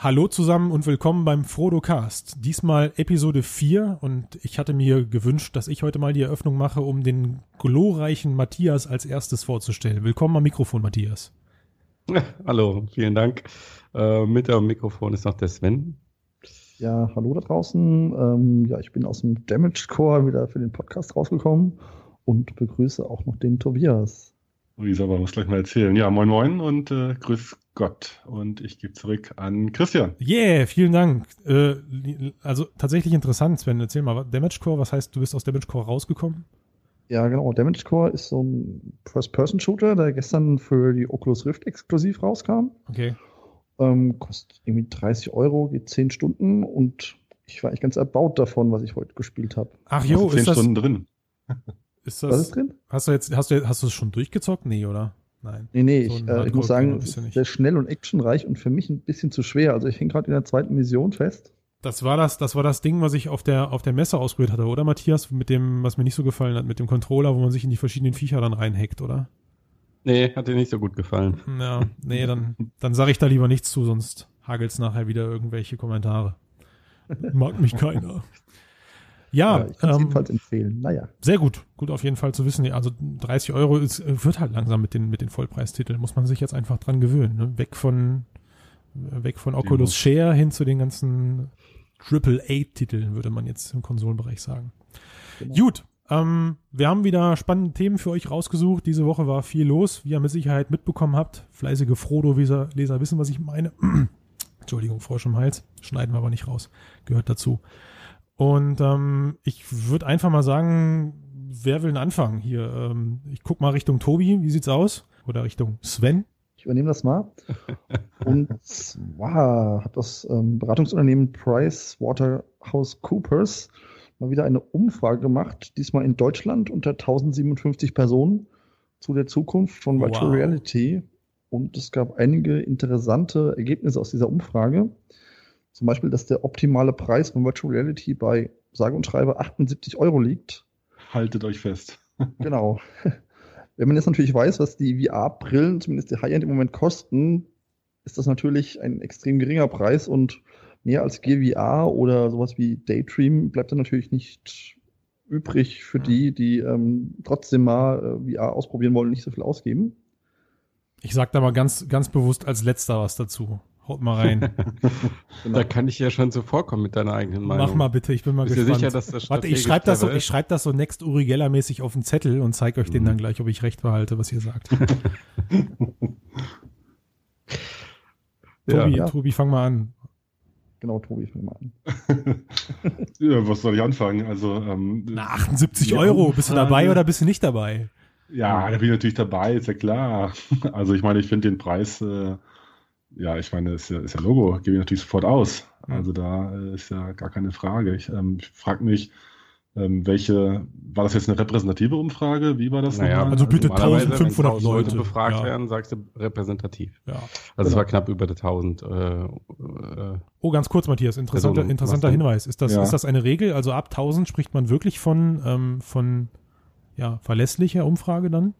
Hallo zusammen und willkommen beim Frodo-Cast. Diesmal Episode 4 und ich hatte mir gewünscht, dass ich heute mal die Eröffnung mache, um den glorreichen Matthias als erstes vorzustellen. Willkommen am Mikrofon, Matthias. Hallo, vielen Dank. Mit am Mikrofon ist noch der Sven. Ja, hallo da draußen. Ich bin aus dem Damage Core wieder für den Podcast rausgekommen und begrüße auch noch den Tobias. Luisa, aber muss gleich mal erzählen. Ja, moin moin und grüß Gott. Und ich gebe zurück an Christian. Yeah, vielen Dank. Also tatsächlich interessant, Sven. Erzähl mal, Damage Core, was heißt, du bist aus Damage Core rausgekommen? Ja, genau. Damage Core ist so ein First-Person-Shooter, der gestern für die Oculus Rift exklusiv rauskam. Okay. Kostet irgendwie 30 Euro, geht 10 Stunden und ich war eigentlich ganz erbaut davon, was ich heute gespielt habe. Ach jo, ist 10 Stunden drin. Ist das, was ist drin? Hast du es schon durchgezockt? Nee, oder? Nein. Nee, So ich muss sagen, es ist sehr schnell und actionreich und für mich ein bisschen zu schwer. Also ich hänge gerade in der zweiten Mission fest. Das war das Ding, was ich auf der Messe ausprobiert hatte, oder Matthias? Mit dem, was mir nicht so gefallen hat, mit dem Controller, wo man sich in die verschiedenen Viecher dann reinhackt, oder? Nee, hat dir nicht so gut gefallen. Ja, nee, dann sage ich da lieber nichts zu, sonst hagelt's nachher wieder irgendwelche Kommentare. Mag mich keiner. Ja, ich kann es jedenfalls empfehlen. Naja. Sehr gut. Gut auf jeden Fall zu wissen. Also 30 Euro wird halt langsam mit den Vollpreistiteln. Muss man sich jetzt einfach dran gewöhnen. Ne? Weg von Oculus Share hin zu den ganzen AAA-Titeln, würde man jetzt im Konsolenbereich sagen. Genau. Gut. Wir haben wieder spannende Themen für euch rausgesucht. Diese Woche war viel los, wie ihr mit Sicherheit mitbekommen habt. Fleißige Frodo-Leser wissen, was ich meine. Entschuldigung, Frosch im Hals. Schneiden wir aber nicht raus. Gehört dazu. Und ich würde einfach mal sagen, wer will denn anfangen hier? Ich guck mal Richtung Tobi, wie sieht's aus? Oder Richtung Sven? Ich übernehme das mal. Und zwar hat das Beratungsunternehmen PricewaterhouseCoopers mal wieder eine Umfrage gemacht, diesmal in Deutschland unter 1057 Personen zu der Zukunft von Virtual Reality. Und es gab einige interessante Ergebnisse aus dieser Umfrage. Zum Beispiel, dass der optimale Preis von Virtual Reality bei sage und schreibe 78 Euro liegt. Haltet euch fest. Genau. Wenn man jetzt natürlich weiß, was die VR-Brillen, zumindest die High-End im Moment kosten, ist das natürlich ein extrem geringer Preis und mehr als GVR oder sowas wie Daydream bleibt dann natürlich nicht übrig für die trotzdem mal VR ausprobieren wollen und nicht so viel ausgeben. Ich sag da mal ganz, ganz bewusst als letzter was dazu. Haut mal rein. Genau. Da kann ich ja schon zuvorkommen mit deiner eigenen Meinung. Mach mal bitte, ich bin mal gespannt. Sicher, dass das Warte, ich schreibe das so Next Uri Geller-mäßig auf den Zettel und zeige euch den dann gleich, ob ich recht behalte, was ihr sagt. Tobi, fang mal an. Genau, Tobi, fang mal an. Ja, was soll ich anfangen? Also 78 Euro, bist du dabei oder bist du nicht dabei? Ja, da bin ich natürlich dabei, ist ja klar. Also ich meine, ich finde den Preis, ich meine, ist ja Logo, gebe ich natürlich sofort aus. Also da ist ja gar keine Frage. Ich frage mich, war das jetzt eine repräsentative Umfrage? Wie war das nochmal? Also bitte 1500 Leute befragt werden, sagst du repräsentativ. Ja. Also es war knapp über 1000. Ganz kurz, Matthias, interessanter Hinweis. Ist das eine Regel? Also ab 1000 spricht man wirklich von verlässlicher Umfrage dann?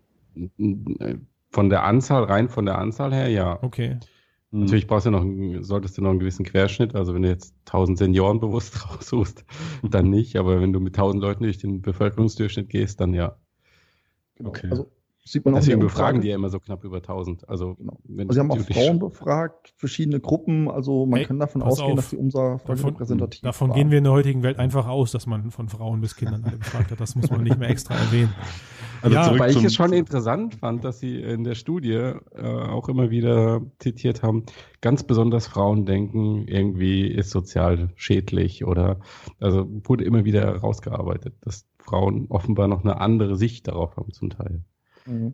Von der Anzahl her, ja. Okay. Natürlich solltest du noch einen gewissen Querschnitt, also wenn du jetzt 1000 Senioren bewusst raussuchst, dann nicht, aber wenn du mit 1000 Leuten durch den Bevölkerungsdurchschnitt gehst, dann ja. Okay. Also sieht man auch. Deswegen befragen die ja immer so knapp über 1000. Also, sie haben auch Frauen befragt, verschiedene Gruppen, also man kann davon ausgehen, dass die Umfrage repräsentativ Davon gehen wir in der heutigen Welt einfach aus, dass man von Frauen bis Kindern alle befragt hat. Das muss man nicht mehr extra erwähnen. Also wobei ich es schon interessant fand, dass sie in der Studie auch immer wieder zitiert haben, ganz besonders Frauen denken, irgendwie ist sozial schädlich also wurde immer wieder rausgearbeitet, dass Frauen offenbar noch eine andere Sicht darauf haben zum Teil. Mhm.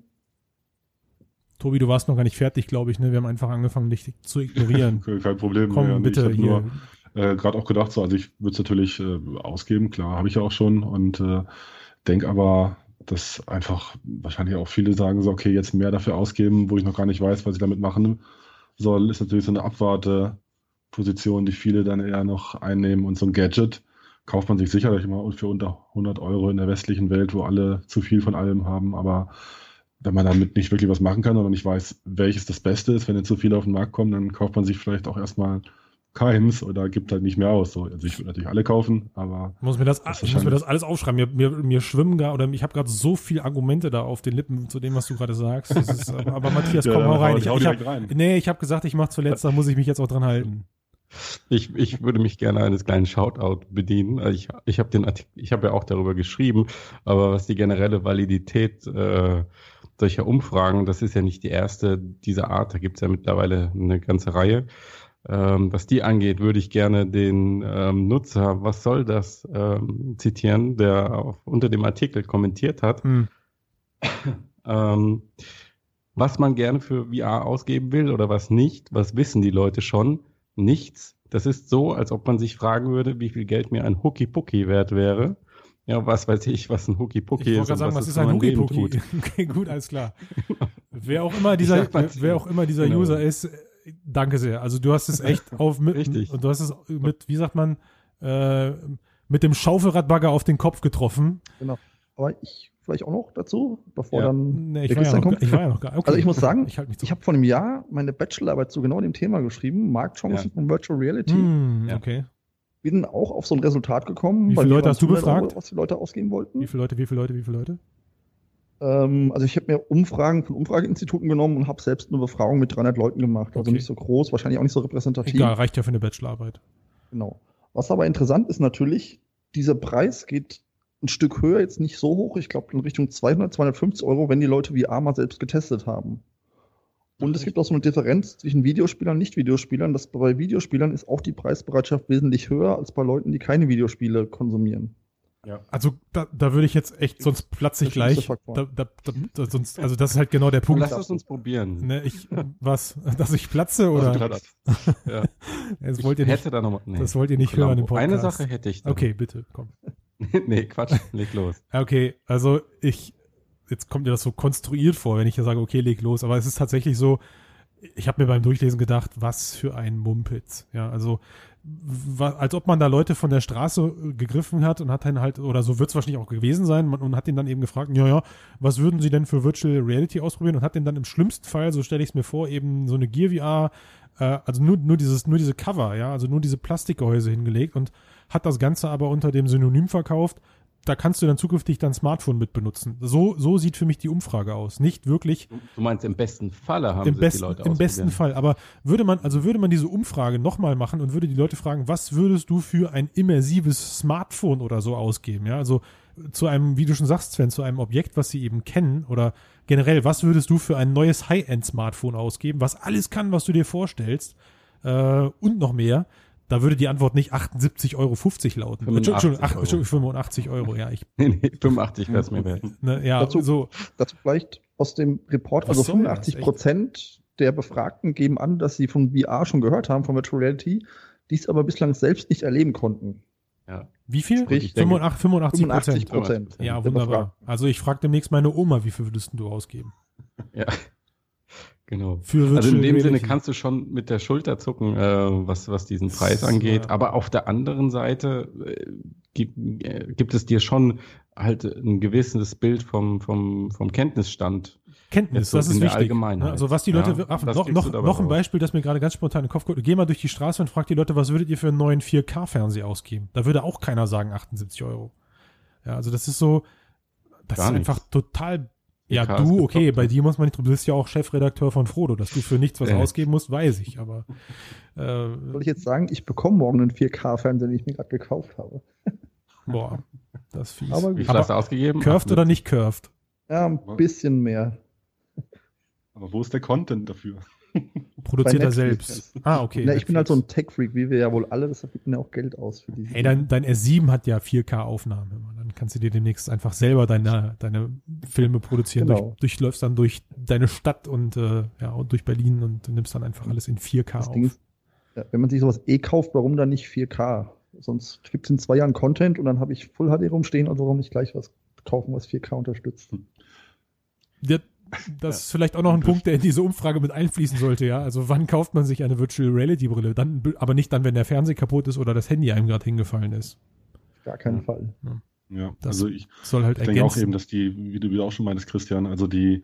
Tobi, du warst noch gar nicht fertig, glaube ich, ne? Wir haben einfach angefangen, dich zu ignorieren. Kein Problem. Komm, bitte ich habe nur gerade auch gedacht, also ich würde es natürlich ausgeben, klar, habe ich ja auch schon und denke aber, dass einfach wahrscheinlich auch viele sagen so, okay, jetzt mehr dafür ausgeben, wo ich noch gar nicht weiß, was ich damit machen soll, ist natürlich so eine Abwarteposition, die viele dann eher noch einnehmen und so ein Gadget kauft man sich sicherlich immer für unter 100 Euro in der westlichen Welt, wo alle zu viel von allem haben, aber wenn man damit nicht wirklich was machen kann oder nicht weiß, welches das Beste ist, wenn jetzt so viele auf den Markt kommen, dann kauft man sich vielleicht auch erstmal keins oder gibt halt nicht mehr aus. So. Also ich würde natürlich alle kaufen, aber ich muss mir das alles aufschreiben. Mir schwimmen gar, oder ich habe gerade so viele Argumente da auf den Lippen zu dem, was du gerade sagst. Das ist, aber Matthias, komm, hau rein. Ich habe gesagt, ich mache zuletzt, da muss ich mich jetzt auch dran halten. Ich würde mich gerne eines kleinen Shoutout bedienen. Ich habe den Artikel, ich habe ja auch darüber geschrieben, aber was die generelle Validität solcher Umfragen, das ist ja nicht die erste dieser Art, da gibt es ja mittlerweile eine ganze Reihe. Was die angeht, würde ich gerne den Nutzer, was soll das, zitieren, der auch unter dem Artikel kommentiert hat, was man gerne für VR ausgeben will oder was nicht, was wissen die Leute schon. Nichts. Das ist so, als ob man sich fragen würde, wie viel Geld mir ein Hooky-Pooky wert wäre. Ja, was weiß ich, was ein Hooky-Pooky ist. Ich wollte gerade sagen, was ist ein Hooky-Pooky? Okay, gut, alles klar. Wer auch immer dieser User ist, danke sehr. Also du hast es echt Richtig. Und du hast es mit, wie sagt man, mit dem Schaufelradbagger auf den Kopf getroffen. Genau. Aber ich vielleicht auch noch dazu, bevor dann ich war ja noch gar. Okay. Also ich muss sagen, ich habe vor einem Jahr meine Bachelorarbeit zu genau dem Thema geschrieben, Marktchancen von Virtual Reality. Okay. Bin auch auf so ein Resultat gekommen. Wie viele Leute hast du befragt? Was die Leute ausgeben wollten. Wie viele Leute? Also ich habe mir Umfragen von Umfrageinstituten genommen und habe selbst eine Befragung mit 300 Leuten gemacht. Also nicht so groß, wahrscheinlich auch nicht so repräsentativ. Egal, reicht ja für eine Bachelorarbeit. Genau. Was aber interessant ist natürlich, dieser Preis geht ein Stück höher, jetzt nicht so hoch. Ich glaube in Richtung 200, 250 Euro, wenn die Leute VR mal selbst getestet haben. Und es gibt auch so eine Differenz zwischen Videospielern und Nicht-Videospielern. Dass bei Videospielern ist auch die Preisbereitschaft wesentlich höher als bei Leuten, die keine Videospiele konsumieren. Ja. Also da würde ich jetzt echt, sonst platze ich gleich. Sonst, also das ist halt genau der Punkt. Lass es uns probieren. Ne, dass ich platze oder? Ja. Das wollt ihr nicht hören im Podcast. Eine Sache hätte ich. Okay, bitte, komm. Nee, Quatsch, leg los. Okay, also jetzt kommt mir das so konstruiert vor, wenn ich ja sage, okay, leg los, aber es ist tatsächlich so, ich habe mir beim Durchlesen gedacht, was für ein Mumpitz. Ja, also als ob man da Leute von der Straße gegriffen hat und hat dann halt, oder so wird es wahrscheinlich auch gewesen sein, und hat ihn dann eben gefragt, ja, was würden sie denn für Virtual Reality ausprobieren, und hat den dann im schlimmsten Fall, so stelle ich es mir vor, eben so eine Gear VR, also nur diese Cover, ja, also nur diese Plastikgehäuse hingelegt und hat das Ganze aber unter dem Synonym verkauft, da kannst du dann zukünftig dein Smartphone mit benutzen. So sieht für mich die Umfrage aus. Nicht wirklich. Du meinst, im besten Falle haben die Leute im besten Fall. Aber würde man diese Umfrage nochmal machen und würde die Leute fragen, was würdest du für ein immersives Smartphone oder so ausgeben? Ja, also zu einem, wie du schon sagst, Sven, zu einem Objekt, was sie eben kennen, oder generell, was würdest du für ein neues High-End-Smartphone ausgeben, was alles kann, was du dir vorstellst, und noch mehr? Da würde die Antwort nicht 78,50 € lauten. Entschuldigung, 85 Euro, ja. Nee, 85 wäre es mir wert. Ne, ja, dazu vielleicht aus dem Report, also 85% der Befragten geben an, dass sie von VR schon gehört haben, von Virtual Reality, dies aber bislang selbst nicht erleben konnten. Ja. Wie viel? Sprich, 85%. Ja, wunderbar. Also ich frage demnächst meine Oma, wie viel würdest du ausgeben? Ja. Genau. Also in dem Sinne kannst du schon mit der Schulter zucken, was diesen Preis angeht. Ja. Aber auf der anderen Seite gibt es dir schon halt ein gewisses Bild vom Kenntnisstand. Kenntnis, das ist wichtig. Allgemeinheit. Also was die Leute, noch ein Beispiel, das mir gerade ganz spontan in den Kopf kommt. Geh mal durch die Straße und frag die Leute, was würdet ihr für einen neuen 4K-Fernseher ausgeben? Da würde auch keiner sagen 78 Euro. Ja, also das ist so, das ist einfach total. Ja, du, okay, bei dir muss man nicht, du bist ja auch Chefredakteur von Frodo, dass du für nichts was ausgeben musst, weiß ich, aber soll ich jetzt sagen, ich bekomme morgen einen 4K-Fernseher, den ich mir gerade gekauft habe. Boah, das ist fies. Aber wie viel hast du ausgegeben? Curved oder nicht curved? Ja, ein bisschen mehr. Aber wo ist der Content dafür? Produziert er selbst. Okay. Na, ich bin halt so ein Tech-Freak, wie wir ja wohl alle, deshalb gibt mir auch Geld aus für diese. Ey, dein R7 hat ja 4K-Aufnahme. Dann kannst du dir demnächst einfach selber deine Filme produzieren. Genau. Durchläufst dann durch deine Stadt und durch Berlin und nimmst dann einfach alles in 4K auf. Ist, wenn man sich sowas kauft, warum dann nicht 4K? Sonst gibt es in 2 Jahren Content und dann habe ich Full HD rumstehen, also warum nicht gleich was kaufen, was 4K unterstützt? Ja, das ist vielleicht auch noch ein Punkt, der in diese Umfrage mit einfließen sollte, ja. Also wann kauft man sich eine Virtual Reality Brille? Dann, aber nicht dann, wenn der Fernseher kaputt ist oder das Handy einem gerade hingefallen ist. Gar keinen Fall. Ja, das also ich soll halt denke auch eben, dass die, wie du auch schon meintest, Christian, also die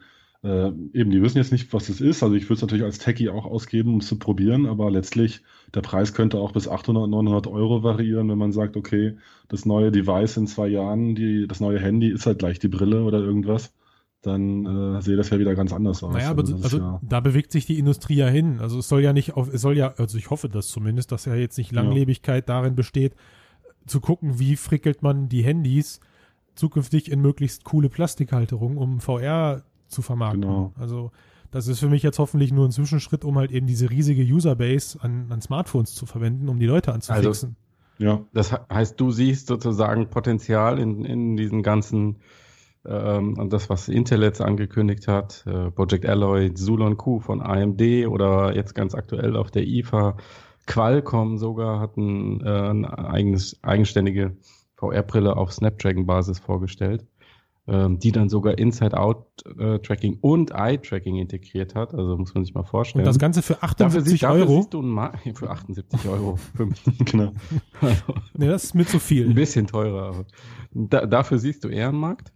Eben, die wissen jetzt nicht, was es ist. Also ich würde es natürlich als Techie auch ausgeben, um es zu probieren, aber letztlich, der Preis könnte auch bis 800, 900 Euro variieren, wenn man sagt, okay, das neue Device in 2 Jahren, das neue Handy ist halt gleich die Brille oder irgendwas, dann sehe das ja wieder ganz anders aus. Naja, aber da bewegt sich die Industrie ja hin. Also es soll ja nicht also ich hoffe das zumindest, dass ja jetzt nicht Langlebigkeit darin besteht, zu gucken, wie frickelt man die Handys zukünftig in möglichst coole Plastikhalterungen, um VR zu vermarkten. Genau. Also das ist für mich jetzt hoffentlich nur ein Zwischenschritt, um halt eben diese riesige Userbase an Smartphones zu verwenden, um die Leute anzufixen. Also, das heißt, du siehst sozusagen Potenzial in diesen ganzen und das, was Intel jetzt angekündigt hat, Project Alloy, Zulon Q von AMD oder jetzt ganz aktuell auf der IFA, Qualcomm sogar hat eine eigenständige VR-Brille auf Snapdragon-Basis vorgestellt, die dann sogar Inside-Out-Tracking und Eye-Tracking integriert hat. Also muss man sich mal vorstellen. Und das Ganze für 78 Euro? Dafür siehst du für 78 Euro. Genau. Also, nee, das ist mir zu viel. Ein bisschen teurer. Aber dafür siehst du eher einen Markt?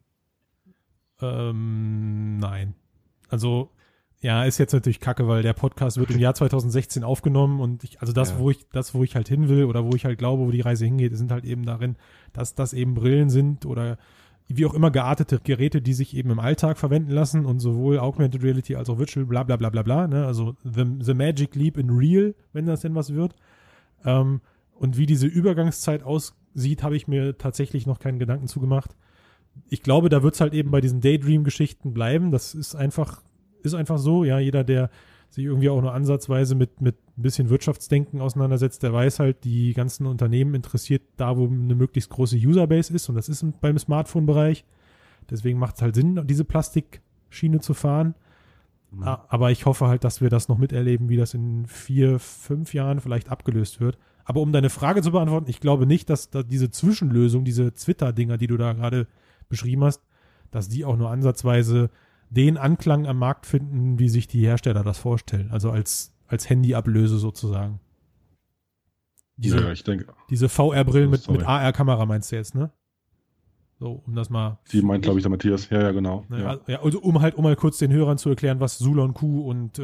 Nein. Also, ja, ist jetzt natürlich kacke, weil der Podcast wird im Jahr 2016 aufgenommen und wo ich halt hin will oder wo ich halt glaube, wo die Reise hingeht, sind halt eben darin, dass das eben Brillen sind oder wie auch immer geartete Geräte, die sich eben im Alltag verwenden lassen und sowohl Augmented Reality als auch Virtual, bla bla bla bla bla, ne? Also the Magic Leap in Real, wenn das denn was wird. Und wie diese Übergangszeit aussieht, habe ich mir tatsächlich noch keinen Gedanken zugemacht. Ich glaube, da wird es halt eben bei diesen Daydream-Geschichten bleiben. Das ist einfach so. Ja, jeder, der sich irgendwie auch nur ansatzweise mit ein bisschen Wirtschaftsdenken auseinandersetzt, der weiß halt, die ganzen Unternehmen interessiert da, wo eine möglichst große Userbase ist. Und das ist beim Smartphone-Bereich. Deswegen macht es halt Sinn, diese Plastikschiene zu fahren. Mhm. Aber ich hoffe halt, dass wir das noch miterleben, wie das in 4, 5 Jahren vielleicht abgelöst wird. Aber um deine Frage zu beantworten, ich glaube nicht, dass da diese Zwischenlösung, diese Twitter-Dinger, die du da gerade beschrieben hast, dass die auch nur ansatzweise den Anklang am Markt finden, wie sich die Hersteller das vorstellen. Also als Handyablöse sozusagen. Ich denke. Diese VR-Brillen mit AR-Kamera meinst du jetzt, ne? So, um das mal. Die meint, glaube ich, der Matthias. Ja, genau. Ja, also um mal kurz den Hörern zu erklären, was Zulon Q und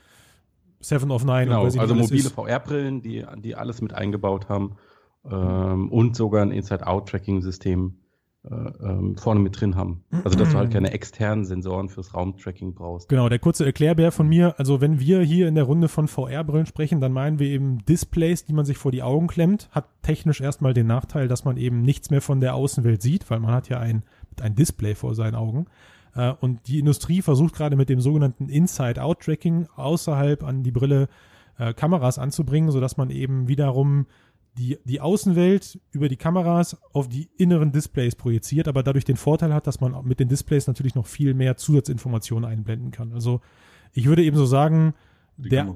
7 of 9 genau, und also mobile VR-Brillen, die alles mit eingebaut haben und sogar ein Inside-Out-Tracking-System vorne mit drin haben. Also, dass du halt keine externen Sensoren fürs Raumtracking brauchst. Genau, der kurze Erklärbär von mir. Also, wenn wir hier in der Runde von VR-Brillen sprechen, dann meinen wir eben Displays, die man sich vor die Augen klemmt. Hat technisch erstmal den Nachteil, dass man eben nichts mehr von der Außenwelt sieht, weil man hat ja ein Display vor seinen Augen. Und die Industrie versucht gerade mit dem sogenannten Inside-Out-Tracking außerhalb an die Brille Kameras anzubringen, sodass man eben wiederum die Außenwelt über die Kameras auf die inneren Displays projiziert, aber dadurch den Vorteil hat, dass man mit den Displays natürlich noch viel mehr Zusatzinformationen einblenden kann. Also ich würde eben so sagen, der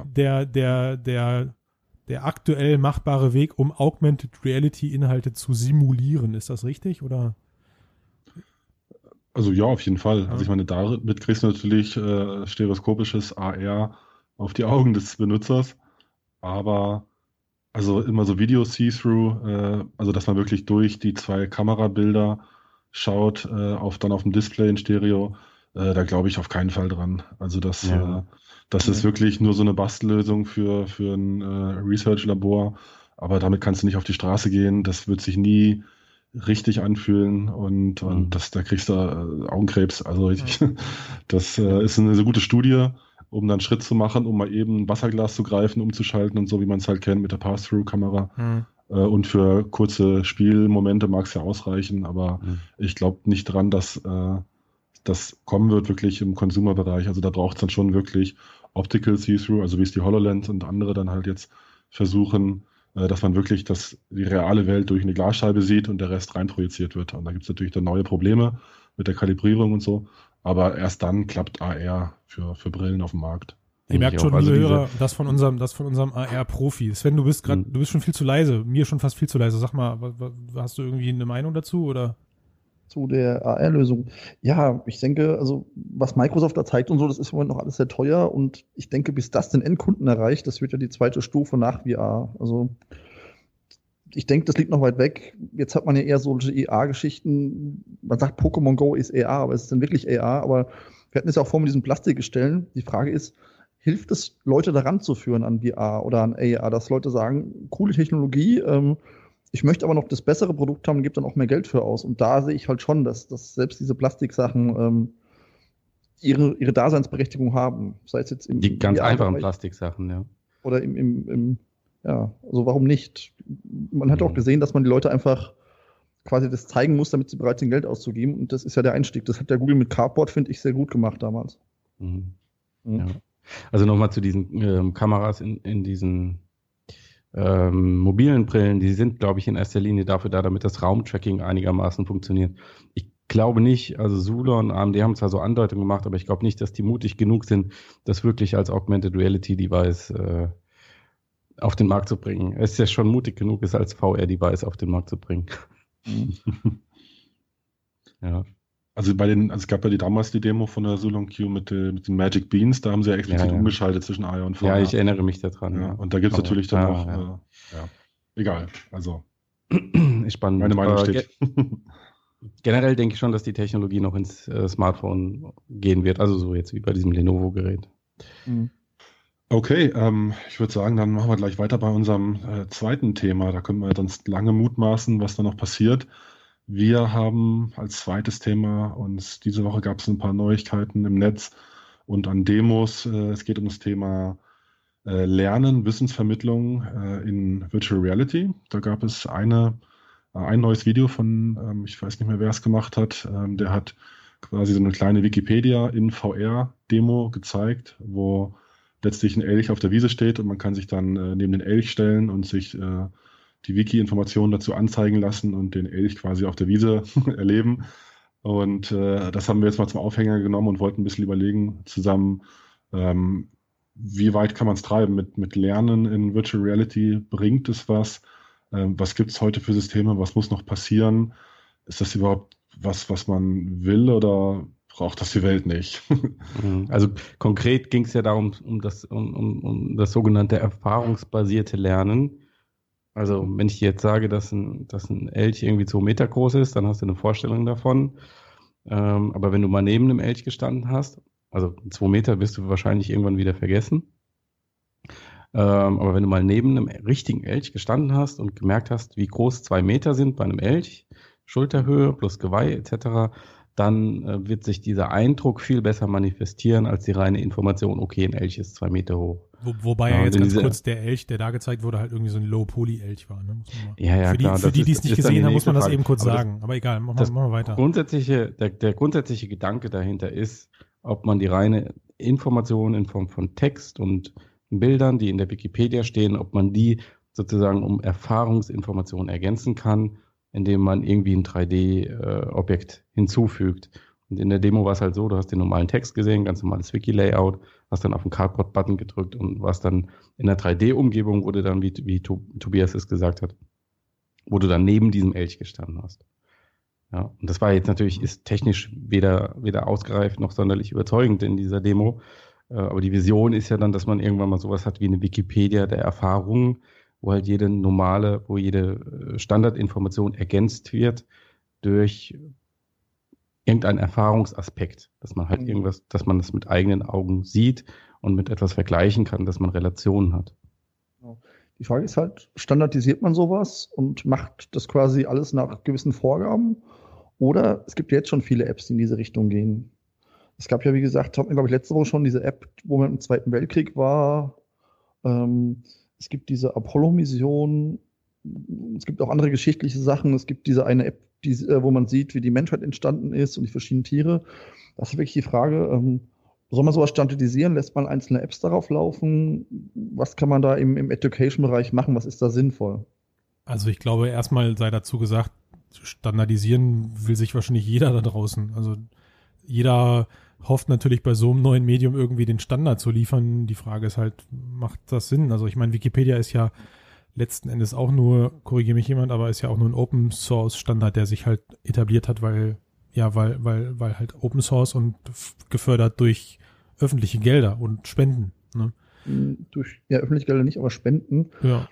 aktuell machbare Weg, um Augmented Reality Inhalte zu simulieren. Ist das richtig, oder? Also ja, auf jeden Fall. Also ich meine, damit kriegst du natürlich stereoskopisches AR auf die Augen des Benutzers, aber also immer so Video-See-Through, also dass man wirklich durch die 2 Kamerabilder schaut, dann auf dem Display in Stereo, da glaube ich auf keinen Fall dran. Also das ist wirklich nur so eine Bastellösung für ein Research-Labor, aber damit kannst du nicht auf die Straße gehen, das wird sich nie richtig anfühlen und da kriegst du Augenkrebs. Also das ist eine so gute Studie, um dann einen Schritt zu machen, um mal eben ein Wasserglas zu greifen, umzuschalten und so, wie man es halt kennt mit der Pass-Through-Kamera. Und für kurze Spielmomente mag es ja ausreichen, aber ich glaube nicht dran, dass das kommen wird wirklich im Consumer-Bereich. Also da braucht es dann schon wirklich Optical See-Through, also wie es die HoloLens und andere dann halt jetzt versuchen, dass man wirklich die reale Welt durch eine Glasscheibe sieht und der Rest reinprojiziert wird. Und da gibt es natürlich dann neue Probleme mit der Kalibrierung und so. Aber erst dann klappt AR für Brillen auf dem Markt. Ihr merkt schon, liebe Hörer, das von unserem AR-Profi. Sven, du bist schon viel zu leise, mir schon fast viel zu leise. Sag mal, hast du irgendwie eine Meinung dazu, oder? Zu der AR-Lösung. Ja, ich denke, also was Microsoft da zeigt und so, das ist im Moment noch alles sehr teuer und ich denke, bis das den Endkunden erreicht, das wird ja die zweite Stufe nach VR. Also ich denke, das liegt noch weit weg. Jetzt hat man ja eher solche AR-Geschichten. Man sagt, Pokémon Go ist AR, aber es ist dann wirklich AR. Aber Wir hatten es ja auch vor mit diesen Plastikgestellen. Die Frage ist, hilft es, Leute daran zu führen an VR oder an AR, dass Leute sagen, coole Technologie, ich möchte aber noch das bessere Produkt haben und gebe dann auch mehr Geld für aus. Und da sehe ich halt schon, dass selbst diese Plastiksachen ihre Daseinsberechtigung haben. Sei es jetzt die ganz einfachen Plastiksachen, ja. Oder also warum nicht? Man hat auch gesehen, dass man die Leute einfach quasi das zeigen muss, damit sie bereit sind, Geld auszugeben. Und das ist ja der Einstieg. Das hat der Google mit Cardboard, finde ich, sehr gut gemacht damals. Ja. Also nochmal zu diesen Kameras in diesen mobilen Brillen, die sind, glaube ich, in erster Linie dafür da, damit das Raumtracking einigermaßen funktioniert. Ich glaube nicht, also Sula und AMD haben zwar so Andeutungen gemacht, aber ich glaube nicht, dass die mutig genug sind, das wirklich als Augmented Reality Device auf den Markt zu bringen. Es ist ja schon mutig genug, es als VR-Device auf den Markt zu bringen. Ja. Also es gab ja damals die Demo von der SolarQ mit den Magic Beans, da haben sie ja explizit umgeschaltet zwischen AR und VR. Ja, ich erinnere mich daran. Ja. Und da gibt es natürlich dann noch, egal, also spannend. Meine Meinung steht. Generell denke ich schon, dass die Technologie noch ins Smartphone gehen wird, also so jetzt wie bei diesem Lenovo-Gerät. Okay, ich würde sagen, dann machen wir gleich weiter bei unserem zweiten Thema. Da können wir dann lange mutmaßen, was da noch passiert. Wir haben als zweites Thema uns, diese Woche gab es ein paar Neuigkeiten im Netz und an Demos. Es geht um das Thema Lernen, Wissensvermittlung in Virtual Reality. Da gab es ein neues Video von, ich weiß nicht mehr, wer es gemacht hat. Der hat quasi so eine kleine Wikipedia in VR-Demo gezeigt, wo letztlich ein Elch auf der Wiese steht und man kann sich dann neben den Elch stellen und sich die Wiki-Informationen dazu anzeigen lassen und den Elch quasi auf der Wiese erleben. Und das haben wir jetzt mal zum Aufhänger genommen und wollten ein bisschen überlegen zusammen, wie weit kann man es treiben mit Lernen in Virtual Reality? Bringt es was? Was gibt es heute für Systeme? Was muss noch passieren? Ist das überhaupt was man will oder braucht das die Welt nicht? Also konkret ging es ja darum, um das sogenannte erfahrungsbasierte Lernen. Also wenn ich jetzt sage, dass ein Elch irgendwie 2 Meter groß ist, dann hast du eine Vorstellung davon. Aber wenn du mal neben einem Elch gestanden hast, also 2 Meter wirst du wahrscheinlich irgendwann wieder vergessen. Aber wenn du mal neben einem richtigen Elch gestanden hast und gemerkt hast, wie groß 2 Meter sind bei einem Elch, Schulterhöhe plus Geweih etc., dann wird sich dieser Eindruck viel besser manifestieren als die reine Information, okay, ein Elch ist 2 Meter hoch. Wobei ja jetzt ganz kurz der Elch, der da gezeigt wurde, halt irgendwie so ein Low-Poly-Elch war. Ne? Für die es nicht gesehen haben, muss man das eben kurz sagen. Aber egal, machen wir weiter. Der grundsätzliche Gedanke dahinter ist, ob man die reine Information in Form von Text und Bildern, die in der Wikipedia stehen, ob man die sozusagen um Erfahrungsinformationen ergänzen kann, indem man irgendwie ein 3D-Objekt hinzufügt. Und in der Demo war es halt so, du hast den normalen Text gesehen, ganz normales Wiki-Layout, hast dann auf den Cardboard-Button gedrückt und warst dann in der 3D-Umgebung, wo du dann, wie Tobias es gesagt hat, wo du dann neben diesem Elch gestanden hast. Ja, und das war jetzt natürlich, ist technisch weder ausgereift noch sonderlich überzeugend in dieser Demo. Aber die Vision ist ja dann, dass man irgendwann mal sowas hat wie eine Wikipedia der Erfahrungen, wo halt jede Standardinformation ergänzt wird durch irgendeinen Erfahrungsaspekt, dass man halt dass man das mit eigenen Augen sieht und mit etwas vergleichen kann, dass man Relationen hat. Die Frage ist halt, standardisiert man sowas und macht das quasi alles nach gewissen Vorgaben? Oder es gibt jetzt schon viele Apps, die in diese Richtung gehen. Es gab ja, wie gesagt, hatten wir, glaube ich, letzte Woche schon diese App, wo man im Zweiten Weltkrieg war. Es gibt diese Apollo-Mission. Es gibt auch andere geschichtliche Sachen. Es gibt diese eine App, wo man sieht, wie die Menschheit entstanden ist und die verschiedenen Tiere. Das ist wirklich die Frage, soll man sowas standardisieren? Lässt man einzelne Apps darauf laufen? Was kann man da im Education-Bereich machen? Was ist da sinnvoll? Also ich glaube, erstmal sei dazu gesagt, standardisieren will sich wahrscheinlich jeder da draußen. Also jeder hofft natürlich bei so einem neuen Medium irgendwie den Standard zu liefern. Die Frage ist halt, macht das Sinn? Also ich meine, Wikipedia ist ja letzten Endes auch nur, korrigiere mich jemand, aber ist ja auch nur ein Open-Source-Standard, der sich halt etabliert hat, weil halt Open Source und gefördert durch öffentliche Gelder und Spenden. Ne? Durch öffentliche Gelder nicht, aber Spenden. Ja.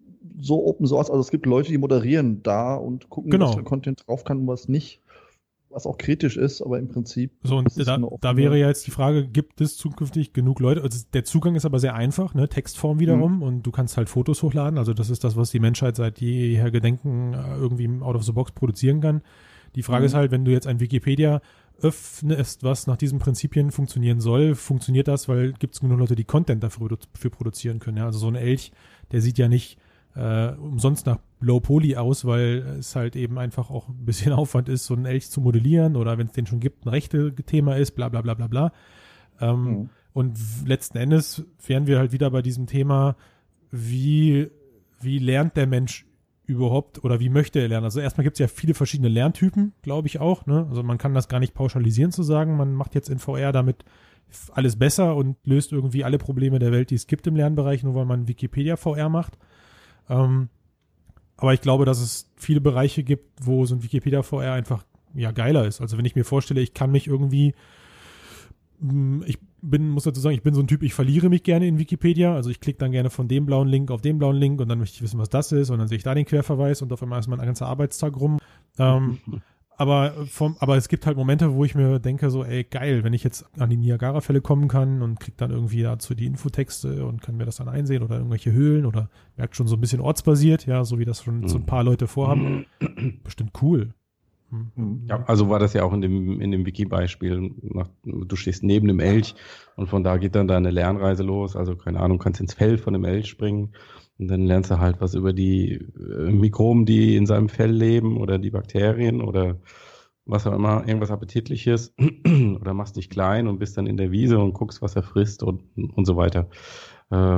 So Open Source, also es gibt Leute, die moderieren da und gucken, was für Content drauf kann und was nicht. was auch kritisch ist, aber im Prinzip. So, und da wäre ja jetzt die Frage, gibt es zukünftig genug Leute? Also der Zugang ist aber sehr einfach, ne? Textform wiederum, und du kannst halt Fotos hochladen. Also das ist das, was die Menschheit seit jeher Gedenken irgendwie out of the box produzieren kann. Die Frage ist halt, wenn du jetzt ein Wikipedia öffnest, was nach diesen Prinzipien funktionieren soll, funktioniert das, weil gibt es genug Leute, die Content dafür produzieren können. Ja? Also so ein Elch, der sieht ja nicht umsonst nach Low Poly aus, weil es halt eben einfach auch ein bisschen Aufwand ist, so einen Elch zu modellieren oder wenn es den schon gibt, ein Rechte-Thema ist, bla bla bla bla bla. Und letzten Endes wären wir halt wieder bei diesem Thema, wie lernt der Mensch überhaupt oder wie möchte er lernen? Also erstmal gibt es ja viele verschiedene Lerntypen, glaube ich auch. Ne? Also man kann das gar nicht pauschalisieren zu sagen, man macht jetzt in VR damit alles besser und löst irgendwie alle Probleme der Welt, die es gibt im Lernbereich, nur weil man Wikipedia VR macht. Aber ich glaube, dass es viele Bereiche gibt, wo so ein Wikipedia VR einfach ja geiler ist. Also wenn ich mir vorstelle, ich kann mich irgendwie, muss dazu sagen, ich bin so ein Typ, ich verliere mich gerne in Wikipedia. Also ich klicke dann gerne von dem blauen Link auf den blauen Link und dann möchte ich wissen, was das ist und dann sehe ich da den Querverweis und auf einmal ist mein ganzer Arbeitstag rum. Aber es gibt halt Momente, wo ich mir denke, so, ey, geil, wenn ich jetzt an die Niagara-Fälle kommen kann und krieg dann irgendwie dazu die Infotexte und kann mir das dann einsehen oder irgendwelche Höhlen oder merkt schon so ein bisschen ortsbasiert, ja, so wie das schon so ein paar Leute vorhaben. Bestimmt cool. Ja, also war das ja auch in dem Wiki-Beispiel. Du stehst neben dem Elch und von da geht dann deine Lernreise los. Also, keine Ahnung, kannst ins Fell von dem Elch springen und dann lernst du halt was über die Mikroben, die in seinem Fell leben oder die Bakterien oder was auch immer, irgendwas Appetitliches oder machst dich klein und bist dann in der Wiese und guckst, was er frisst und so weiter. Ja,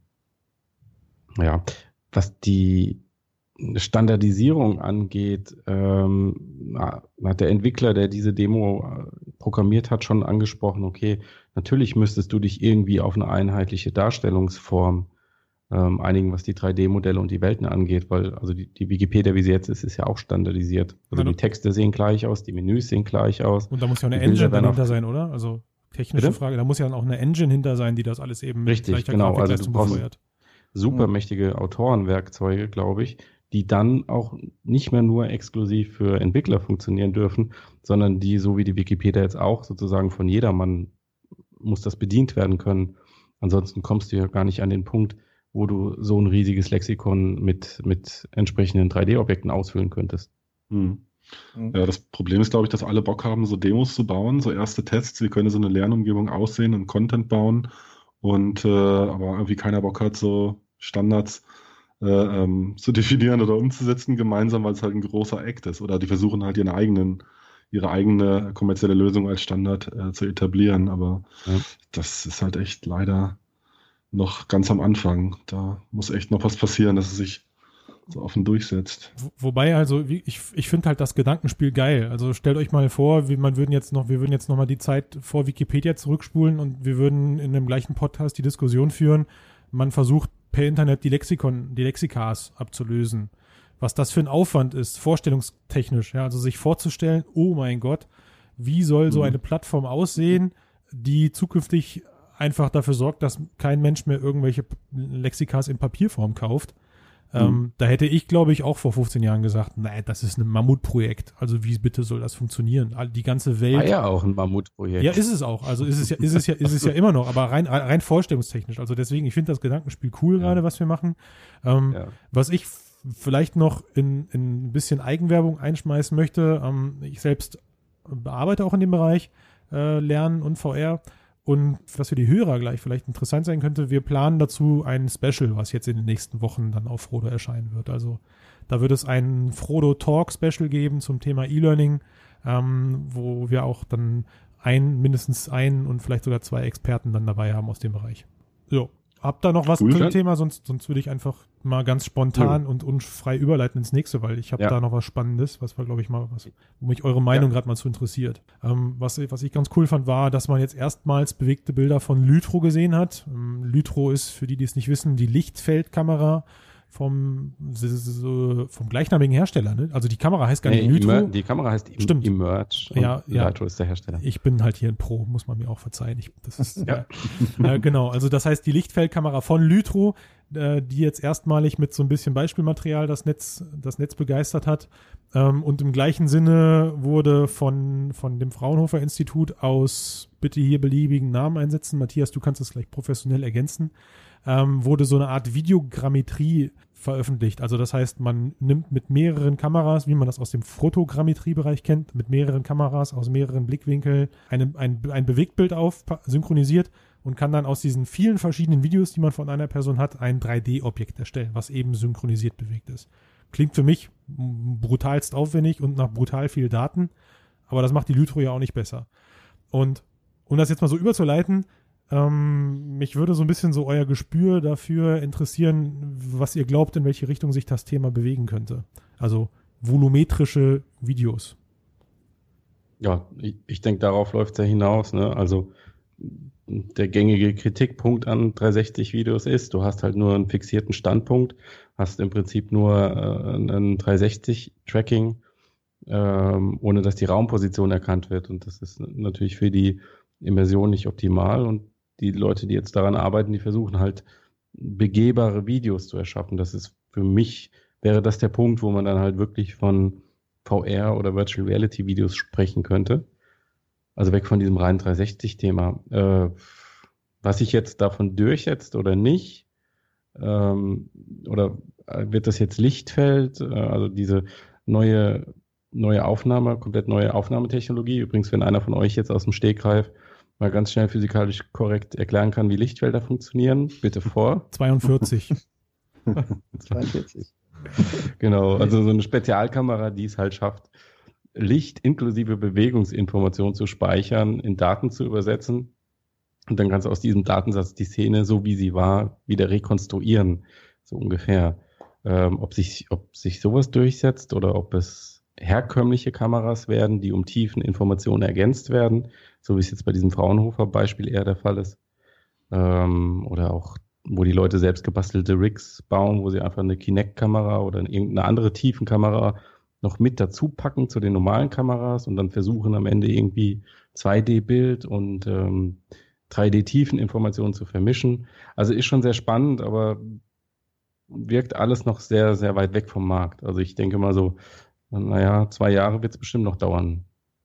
was die Standardisierung angeht, hat der Entwickler, der diese Demo programmiert hat, schon angesprochen, okay, natürlich müsstest du dich irgendwie auf eine einheitliche Darstellungsform einigen, was die 3D-Modelle und die Welten angeht, weil also die Wikipedia, wie sie jetzt ist ja auch standardisiert. Also die Texte sehen gleich aus, die Menüs sehen gleich aus. Und da muss ja eine Engine dahinter sein, oder? Also technische Frage, da muss ja dann auch eine Engine hinter sein, die das alles eben mit gleicher Grafikleistung befeuert. Super mächtige Autorenwerkzeuge, glaube ich, die dann auch nicht mehr nur exklusiv für Entwickler funktionieren dürfen, sondern die, so wie die Wikipedia jetzt auch, sozusagen von jedermann muss das bedient werden können. Ansonsten kommst du ja gar nicht an den Punkt, wo du so ein riesiges Lexikon mit entsprechenden 3D-Objekten ausfüllen könntest. Ja, das Problem ist, glaube ich, dass alle Bock haben, so Demos zu bauen, so erste Tests, wie könnte so eine Lernumgebung aussehen und Content bauen und aber irgendwie keiner Bock hat, so Standards zu definieren oder umzusetzen gemeinsam, weil es halt ein großer Act ist. Oder die versuchen halt ihre eigene kommerzielle Lösung als Standard zu etablieren. Aber das ist halt echt leider noch ganz am Anfang. Da muss echt noch was passieren, dass es sich so offen durchsetzt. Wobei, also ich finde halt das Gedankenspiel geil. Also stellt euch mal vor, wir würden jetzt noch mal die Zeit vor Wikipedia zurückspulen und wir würden in dem gleichen Podcast die Diskussion führen, man versucht per Internet die Lexikas abzulösen. Was das für ein Aufwand ist, vorstellungstechnisch, ja, also sich vorzustellen, oh mein Gott, wie soll so eine Plattform aussehen, die zukünftig einfach dafür sorgt, dass kein Mensch mehr irgendwelche Lexikas in Papierform kauft. Da hätte ich, glaube ich, auch vor 15 Jahren gesagt, nein, das ist ein Mammutprojekt. Also wie bitte soll das funktionieren? Die ganze Welt. War ja auch ein Mammutprojekt. Ja, ist es auch. Also ist es ja immer noch, aber rein vorstellungstechnisch. Also deswegen, ich finde das Gedankenspiel cool gerade, was wir machen. Was ich vielleicht noch in ein bisschen Eigenwerbung einschmeißen möchte, ich selbst bearbeite auch in dem Bereich Lernen und VR. Und was für die Hörer gleich vielleicht interessant sein könnte, wir planen dazu ein Special, was jetzt in den nächsten Wochen dann auf Frodo erscheinen wird. Also da wird es ein Frodo Talk Special geben zum Thema E-Learning, wo wir auch dann mindestens einen und vielleicht sogar 2 Experten dann dabei haben aus dem Bereich. So, habt da noch was zu dem Thema? Sonst würde ich einfach mal ganz spontan und unfrei überleiten ins nächste, weil ich habe da noch was Spannendes, was war, glaube ich, wo mich eure Meinung gerade mal zu interessiert. Was ich ganz cool fand, war, dass man jetzt erstmals bewegte Bilder von Lytro gesehen hat. Lytro ist, für die es nicht wissen, die Lichtfeldkamera vom gleichnamigen Hersteller, ne? Also die Kamera heißt gar nicht Lytro. Die Kamera heißt Emerge. Ja. Lytro ist der Hersteller. Ich bin halt hier ein Pro, muss man mir auch verzeihen. Das ist genau. Also das heißt die Lichtfeldkamera von Lytro, die jetzt erstmalig mit so ein bisschen Beispielmaterial das Netz begeistert hat. Und im gleichen Sinne wurde von dem Fraunhofer Institut aus, bitte hier beliebigen Namen einsetzen, Matthias, du kannst das gleich professionell ergänzen, wurde so eine Art Videogrammetrie veröffentlicht. Also das heißt, man nimmt mit mehreren Kameras, wie man das aus dem Fotogrammetriebereich kennt, mit mehreren Kameras aus mehreren Blickwinkeln ein Bewegtbild synchronisiert und kann dann aus diesen vielen verschiedenen Videos, die man von einer Person hat, ein 3D-Objekt erstellen, was eben synchronisiert bewegt ist. Klingt für mich brutalst aufwendig und nach brutal viel Daten, aber das macht die Lytro ja auch nicht besser. Und um das jetzt mal so überzuleiten, mich würde so ein bisschen so euer Gespür dafür interessieren, was ihr glaubt, in welche Richtung sich das Thema bewegen könnte. Also volumetrische Videos. Ja, ich denke, darauf läuft es ja hinaus, ne? Also der gängige Kritikpunkt an 360-Videos ist, du hast halt nur einen fixierten Standpunkt, hast im Prinzip nur ein 360-Tracking, ohne dass die Raumposition erkannt wird. Und das ist natürlich für die Immersion nicht optimal. Und die Leute, die jetzt daran arbeiten, die versuchen halt begehbare Videos zu erschaffen. Das ist für mich, wäre das der Punkt, wo man dann halt wirklich von VR oder Virtual Reality Videos sprechen könnte. Also weg von diesem reinen 360-Thema. Was sich jetzt davon durchsetzt oder nicht, oder wird das jetzt Lichtfeld, also diese neue Aufnahme, komplett neue Aufnahmetechnologie. Übrigens, wenn einer von euch jetzt aus dem Stegreif mal ganz schnell physikalisch korrekt erklären kann, wie Lichtfelder funktionieren, bitte vor. 42. 42. Genau, also so eine Spezialkamera, die es halt schafft, Licht inklusive Bewegungsinformation zu speichern, in Daten zu übersetzen. Und dann kannst du aus diesem Datensatz die Szene, so wie sie war, wieder rekonstruieren. So ungefähr. Ob sich sowas durchsetzt oder ob es herkömmliche Kameras werden, die um Tiefeninformationen ergänzt werden, so wie es jetzt bei diesem Fraunhofer-Beispiel eher der Fall ist. Oder auch, wo die Leute selbst gebastelte Rigs bauen, wo sie einfach eine Kinect-Kamera oder irgendeine andere Tiefenkamera noch mit dazu packen zu den normalen Kameras und dann versuchen am Ende irgendwie 2D-Bild und 3D-Tiefeninformationen zu vermischen. Also ist schon sehr spannend, aber wirkt alles noch sehr, sehr weit weg vom Markt. Also ich denke mal so, 2 Jahre wird es bestimmt noch dauern.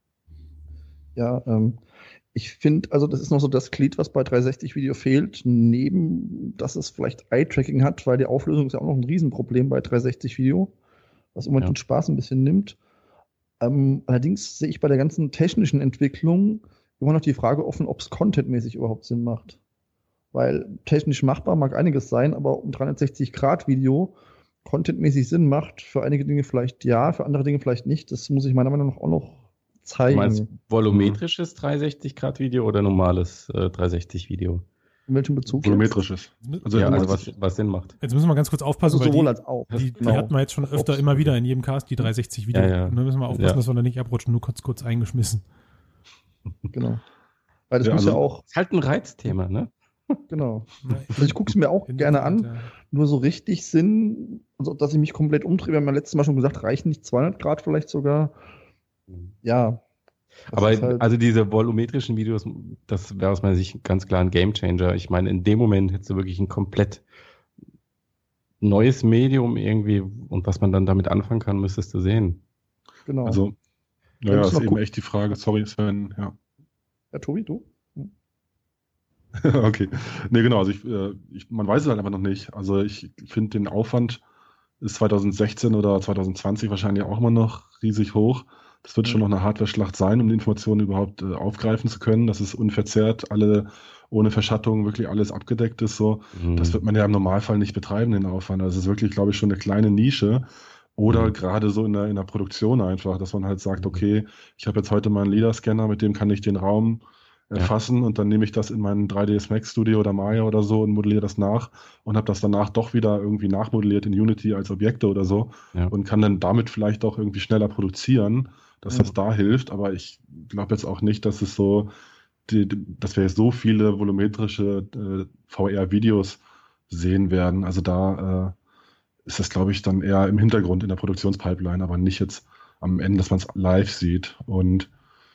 Ja, ich finde, also das ist noch so das Glied, was bei 360-Video fehlt, neben, dass es vielleicht Eye-Tracking hat, weil die Auflösung ist ja auch noch ein Riesenproblem bei 360-Video, was im Moment den Spaß ein bisschen nimmt. Allerdings sehe ich bei der ganzen technischen Entwicklung immer noch die Frage offen, ob es contentmäßig überhaupt Sinn macht. Weil technisch machbar mag einiges sein, aber um 360-Grad-Video contentmäßig Sinn macht, für einige Dinge vielleicht ja, für andere Dinge vielleicht nicht. Das muss ich meiner Meinung nach auch noch zeigen. Du meinst volumetrisches 360-Grad-Video oder normales 360-Video? In welchem Bezug? Volumetrisches. Also was Sinn macht. Jetzt müssen wir ganz kurz aufpassen, also sowohl weil als auch. die hatten wir jetzt schon öfter immer wieder in jedem Cast, die 360-Video. Ja. Da müssen wir aufpassen, dass wir da nicht abrutschen, nur kurz eingeschmissen. Genau. Weil das muss ja auch... Ist halt ein Reizthema, ne? Genau. Also ich gucke es mir auch gerne an, nur so richtig Sinn, also dass ich mich komplett umdrehe. Wir haben ja letztes Mal schon gesagt, reichen nicht 200 Grad vielleicht sogar. Ja. Aber halt also diese volumetrischen Videos, das wäre aus meiner Sicht ganz klar ein Gamechanger. Ich meine, in dem Moment hättest du wirklich ein komplett neues Medium irgendwie und was man dann damit anfangen kann, müsstest du sehen. Genau. Also, naja, ist eben echt die Frage. Sorry, Sven, ja. Ja, Tobi, du? Okay. Nee, genau. Also man weiß es halt einfach noch nicht. Also ich finde, den Aufwand ist 2016 oder 2020 wahrscheinlich auch immer noch riesig hoch. Das wird schon noch eine Hardware-Schlacht sein, um die Informationen überhaupt aufgreifen zu können, dass es unverzerrt, alle ohne Verschattung, wirklich alles abgedeckt ist. So. Das wird man ja im Normalfall nicht betreiben, den Aufwand. Also es ist wirklich, glaube ich, schon eine kleine Nische. Oder gerade so in der Produktion einfach, dass man halt sagt, okay, ich habe jetzt heute meinen LiDAR-Scanner, mit dem kann ich den Raum erfassen und dann nehme ich das in meinen 3ds Max Studio oder Maya oder so und modelliere das nach und habe das danach doch wieder irgendwie nachmodelliert in Unity als Objekte oder so und kann dann damit vielleicht auch irgendwie schneller produzieren, dass das da hilft, aber ich glaube jetzt auch nicht, dass es so, dass wir jetzt so viele volumetrische VR-Videos sehen werden. Also da ist das, glaube ich, dann eher im Hintergrund in der Produktionspipeline, aber nicht jetzt am Ende, dass man es live sieht. Und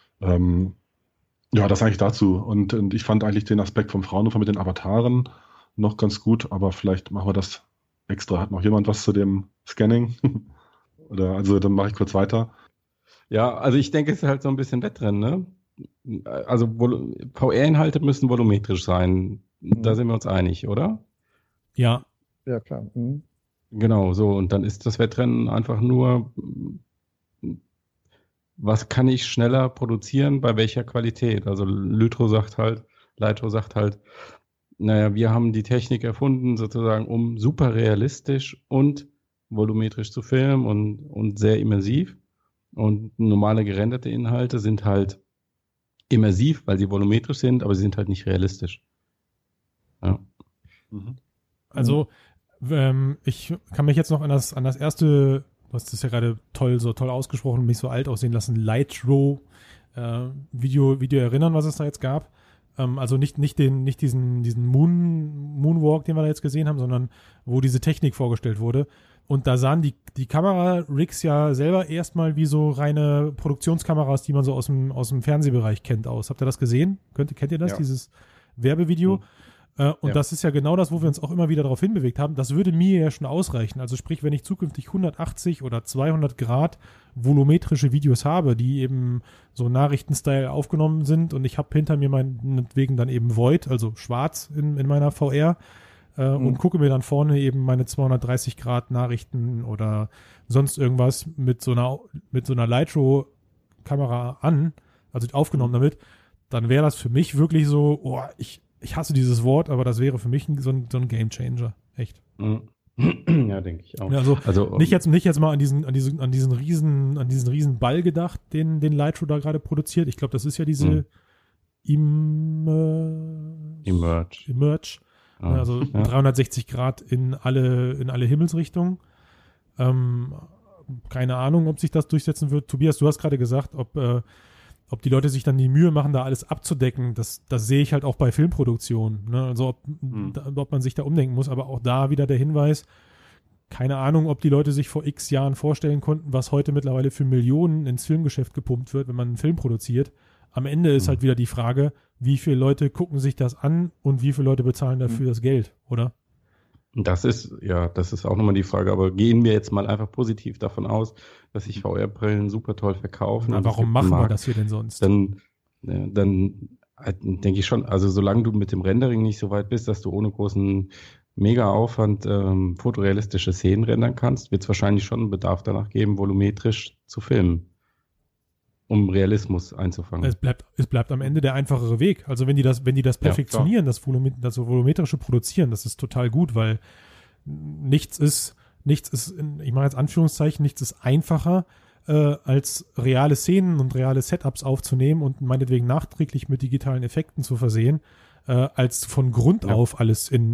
ja, das eigentlich dazu. Und ich fand eigentlich den Aspekt vom Fraunhofer mit den Avataren noch ganz gut, aber vielleicht machen wir das extra. Hat noch jemand was zu dem Scanning? Dann mache ich kurz weiter. Ja, also ich denke, es ist halt so ein bisschen Wettrennen, ne? Also VR-Inhalte müssen volumetrisch sein. Da sind wir uns einig, oder? Ja. Ja, klar. Mhm. Genau, so. Und dann ist das Wettrennen einfach nur, was kann ich schneller produzieren, bei welcher Qualität? Also Lytro sagt halt, naja, wir haben die Technik erfunden, sozusagen, um super realistisch und volumetrisch zu filmen und sehr immersiv. Und normale gerenderte Inhalte sind halt immersiv, weil sie volumetrisch sind, aber sie sind halt nicht realistisch. Ja. Also, ich kann mich jetzt noch an das erste, du hast das ja gerade so toll ausgesprochen und mich so alt aussehen lassen, Lytro Video erinnern, was es da jetzt gab. Also nicht diesen Moonwalk, den wir da jetzt gesehen haben, sondern wo diese Technik vorgestellt wurde. Und da sahen die Kamera-Rigs ja selber erstmal wie so reine Produktionskameras, die man so aus dem Fernsehbereich kennt, aus. Habt ihr das gesehen? Kennt ihr das, dieses Werbevideo? Und das ist ja genau das, wo wir uns auch immer wieder darauf hinbewegt haben. Das würde mir ja schon ausreichen. Also sprich, wenn ich zukünftig 180 oder 200 Grad volumetrische Videos habe, die eben so Nachrichtenstyle aufgenommen sind und ich habe hinter mir meinetwegen dann eben Void, also schwarz in meiner VR und gucke mir dann vorne eben meine 230 Grad Nachrichten oder sonst irgendwas mit so einer Lytro-Kamera an, also aufgenommen damit, dann wäre das für mich wirklich so, ich hasse dieses Wort, aber das wäre für mich so ein Gamechanger. Echt. Ja, denke ich auch. Ja, also nicht jetzt mal an diesen riesen Ball gedacht, den Lytro da gerade produziert. Ich glaube, das ist ja diese Emerge. Also 360 Grad in alle Himmelsrichtungen. Keine Ahnung, ob sich das durchsetzen wird. Tobias, du hast gerade gesagt, ob die Leute sich dann die Mühe machen, da alles abzudecken, das sehe ich halt auch bei Filmproduktionen. Ne? Also ob man sich da umdenken muss, aber auch da wieder der Hinweis, keine Ahnung, ob die Leute sich vor x Jahren vorstellen konnten, was heute mittlerweile für Millionen ins Filmgeschäft gepumpt wird, wenn man einen Film produziert. Am Ende ist halt wieder die Frage, wie viele Leute gucken sich das an und wie viele Leute bezahlen dafür das Geld, oder? Das ist auch nochmal die Frage, aber gehen wir jetzt mal einfach positiv davon aus, dass sich VR-Brillen super toll verkaufen. Na, warum machen wir das hier denn sonst? Dann denke ich schon, also solange du mit dem Rendering nicht so weit bist, dass du ohne großen Mega-Aufwand fotorealistische Szenen rendern kannst, wird es wahrscheinlich schon einen Bedarf danach geben, volumetrisch zu filmen, um Realismus einzufangen. Es bleibt am Ende der einfachere Weg. Also wenn die das perfektionieren, das volumetrische Produzieren, das ist total gut, weil nichts ist, ich mache jetzt Anführungszeichen, nichts ist einfacher, als reale Szenen und reale Setups aufzunehmen und meinetwegen nachträglich mit digitalen Effekten zu versehen, als von Grund auf alles in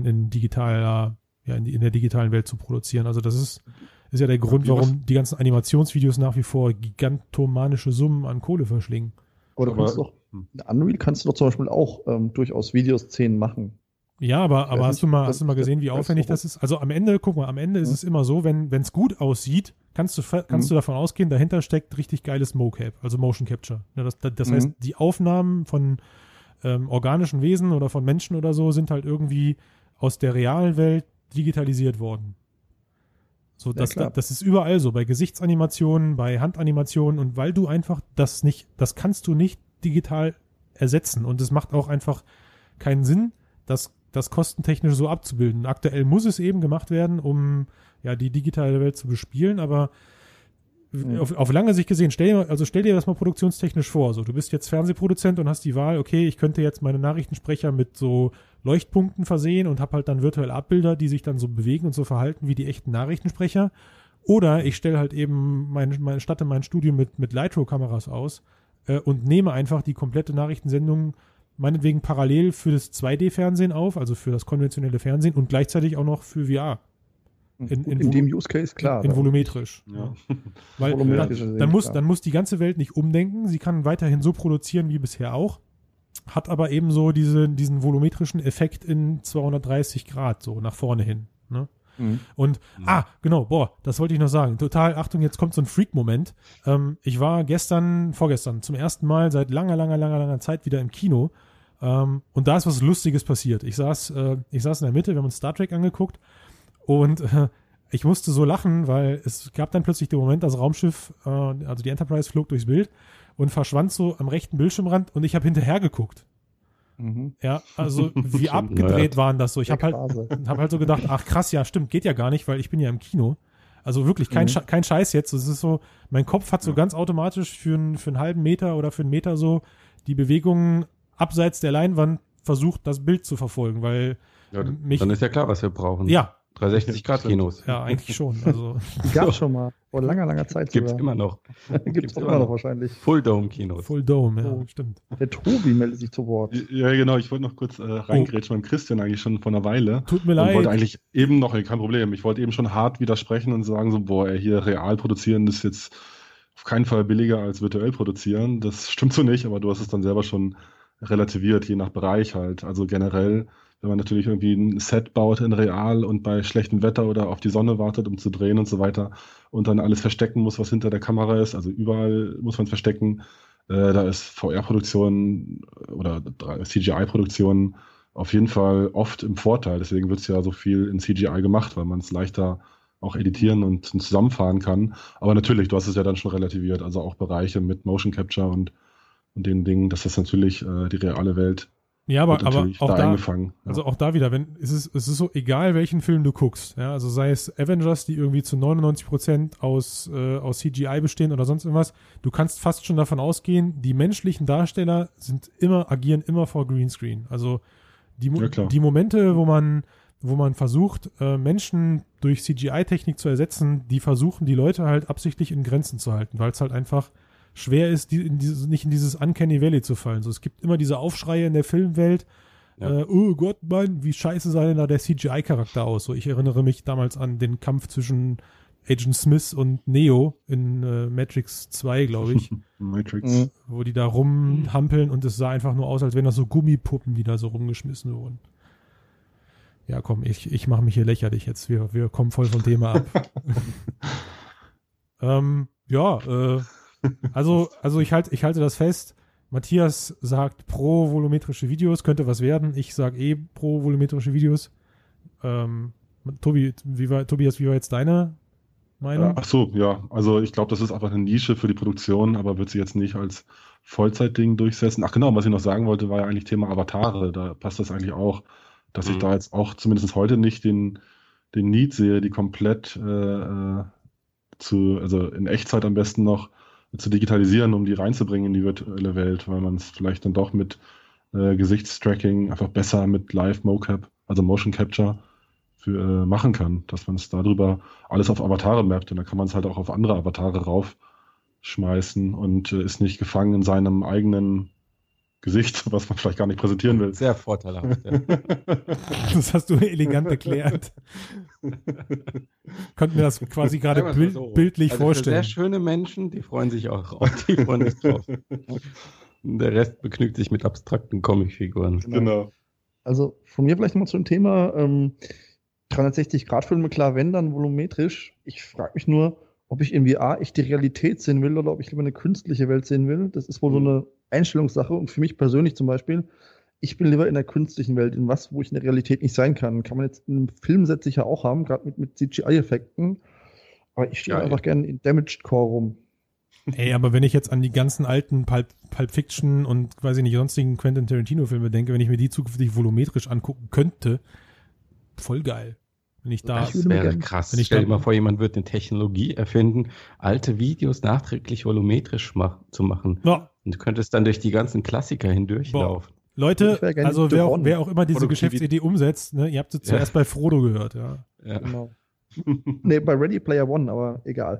der digitalen Welt zu produzieren. Also das ist ja der Grund, warum die ganzen Animationsvideos nach wie vor gigantomanische Summen an Kohle verschlingen. Oder in Unreal kannst du doch zum Beispiel auch durchaus Videoszenen machen. Ja, aber hast du mal gesehen, wie aufwendig das ist? Also am Ende ist es immer so, wenn es gut aussieht, kannst du davon ausgehen, dahinter steckt richtig geiles Mocap, also Motion Capture. Ja, das heißt, die Aufnahmen von organischen Wesen oder von Menschen oder so sind halt irgendwie aus der realen Welt digitalisiert worden. So, das ist überall so, bei Gesichtsanimationen, bei Handanimationen und weil du einfach das kannst du nicht digital ersetzen und es macht auch einfach keinen Sinn, das kostentechnisch so abzubilden. Aktuell muss es eben gemacht werden, um die digitale Welt zu bespielen, aber auf lange Sicht gesehen, stell dir das mal produktionstechnisch vor. So, du bist jetzt Fernsehproduzent und hast die Wahl, okay, ich könnte jetzt meine Nachrichtensprecher mit so Leuchtpunkten versehen und habe halt dann virtuelle Abbilder, die sich dann so bewegen und so verhalten wie die echten Nachrichtensprecher. Oder ich stelle halt eben statte mein Studio mit Lytro-Kameras aus und nehme einfach die komplette Nachrichtensendung meinetwegen parallel für das 2D-Fernsehen auf, also für das konventionelle Fernsehen und gleichzeitig auch noch für VR. In dem Use Case, klar. In volumetrisch. Ja. Weil dann muss die ganze Welt nicht umdenken. Sie kann weiterhin so produzieren wie bisher auch, hat aber eben so diesen volumetrischen Effekt in 230 Grad so nach vorne hin. Ne? Und, genau, das wollte ich noch sagen. Total, Achtung, jetzt kommt so ein Freak-Moment. Ich war vorgestern zum ersten Mal seit langer Zeit wieder im Kino Und da ist was Lustiges passiert. Ich saß in der Mitte, wir haben uns Star Trek angeguckt und ich musste so lachen, weil es gab dann plötzlich den Moment, das Raumschiff, also die Enterprise flog durchs Bild und verschwand so am rechten Bildschirmrand und ich habe hinterher geguckt. Ja, also wie abgedreht waren das so. Ich habe halt so gedacht, ach krass, ja stimmt, geht ja gar nicht, weil ich bin ja im Kino. Also wirklich kein Scheiß jetzt. Es ist so, mein Kopf hat so ganz automatisch für einen halben Meter oder für einen Meter so die Bewegungen abseits der Leinwand versucht, das Bild zu verfolgen, weil dann ist ja klar, was wir brauchen. Ja. 360-Grad-Kinos. Ja, eigentlich schon. Also. Die gab es schon mal. Vor langer Zeit sogar. Gibt's immer noch. Gibt's immer noch wahrscheinlich. Full-Dome-Kinos. Full-Dome, ja, stimmt. Der Tobi meldet sich zu Wort. Ja, genau. Ich wollte noch kurz reingrätschen beim Christian eigentlich schon vor einer Weile. Tut mir leid. Ich wollte eigentlich eben noch, kein Problem, ich wollte eben schon hart widersprechen und sagen so, boah, hier real produzieren ist jetzt auf keinen Fall billiger als virtuell produzieren. Das stimmt so nicht, aber du hast es dann selber schon relativiert, je nach Bereich halt. Also generell, wenn man natürlich irgendwie ein Set baut in real und bei schlechtem Wetter oder auf die Sonne wartet, um zu drehen und so weiter und dann alles verstecken muss, was hinter der Kamera ist, also überall muss man es verstecken, da ist VR-Produktion oder CGI-Produktion auf jeden Fall oft im Vorteil. Deswegen wird es ja so viel in CGI gemacht, weil man es leichter auch editieren und zusammenfahren kann. Aber natürlich, du hast es ja dann schon relativiert, also auch Bereiche mit Motion Capture und den Dingen, dass das natürlich die reale Welt aber auch da eingefangen. Ja. Also auch da wieder, es ist so egal, welchen Film du guckst, ja, also sei es Avengers, die irgendwie zu 99% aus CGI bestehen oder sonst irgendwas, du kannst fast schon davon ausgehen, die menschlichen Darsteller agieren immer vor Greenscreen. Also die Momente, wo man versucht, Menschen durch CGI-Technik zu ersetzen, die versuchen, die Leute halt absichtlich in Grenzen zu halten, weil es halt einfach schwer ist, nicht in dieses Uncanny Valley zu fallen. So, es gibt immer diese Aufschreie in der Filmwelt, oh Gott, Mann, wie scheiße sah denn da der CGI-Charakter aus? So, ich erinnere mich damals an den Kampf zwischen Agent Smith und Neo in Matrix 2, glaube ich. Matrix. Wo die da rumhampeln und es sah einfach nur aus, als wären das so Gummipuppen, die da so rumgeschmissen wurden. Ja, komm, ich mache mich hier lächerlich jetzt. Wir kommen voll vom Thema ab. Also ich halte das fest. Matthias sagt pro volumetrische Videos, könnte was werden. Ich sage pro volumetrische Videos. Tobias, wie war jetzt deine Meinung? Ach so, ja. Also ich glaube, das ist einfach eine Nische für die Produktion, aber wird sie jetzt nicht als Vollzeitding durchsetzen. Ach genau, was ich noch sagen wollte, war ja eigentlich Thema Avatare. Da passt das eigentlich auch, dass ich da jetzt auch zumindest heute nicht den Need sehe, die komplett also in Echtzeit am besten noch zu digitalisieren, um die reinzubringen in die virtuelle Welt, weil man es vielleicht dann doch mit Gesichtstracking einfach besser mit Live-Mocap, also Motion Capture machen kann, dass man es darüber alles auf Avatare mappt und dann kann man es halt auch auf andere Avatare raufschmeißen und ist nicht gefangen in seinem eigenen Gesicht, was man vielleicht gar nicht präsentieren will. Sehr vorteilhaft, ja. Das hast du elegant erklärt. Könnten wir das quasi gerade bildlich vorstellen. Sehr schöne Menschen, die freuen sich auch die freuen sich drauf. Der Rest begnügt sich mit abstrakten Comicfiguren. Genau. Also von mir vielleicht mal zu dem Thema 360-Grad-Filme, klar, wenn dann volumetrisch. Ich frage mich nur, ob ich in VR echt die Realität sehen will oder ob ich lieber eine künstliche Welt sehen will. Das ist wohl so eine Einstellungssache und für mich persönlich zum Beispiel, ich bin lieber in der künstlichen Welt, wo ich in der Realität nicht sein kann. Kann man jetzt in einem Filmset sicher auch haben, gerade mit CGI-Effekten, aber ich stehe einfach gerne in Damaged Core rum. Ey, aber wenn ich jetzt an die ganzen alten Pulp Fiction und weiß ich nicht, sonstigen Quentin Tarantino-Filme denke, wenn ich mir die zukünftig volumetrisch angucken könnte, voll geil. Das wäre krass. Stell dir mal vor, jemand wird eine Technologie erfinden, alte Videos nachträglich volumetrisch zu machen. Ja. Und du könntest dann durch die ganzen Klassiker hindurchlaufen. Leute, also wer auch immer diese Geschäftsidee umsetzt, ne, ihr habt sie zuerst bei Frodo gehört, ja. Genau. Nee, bei Ready Player One, aber egal.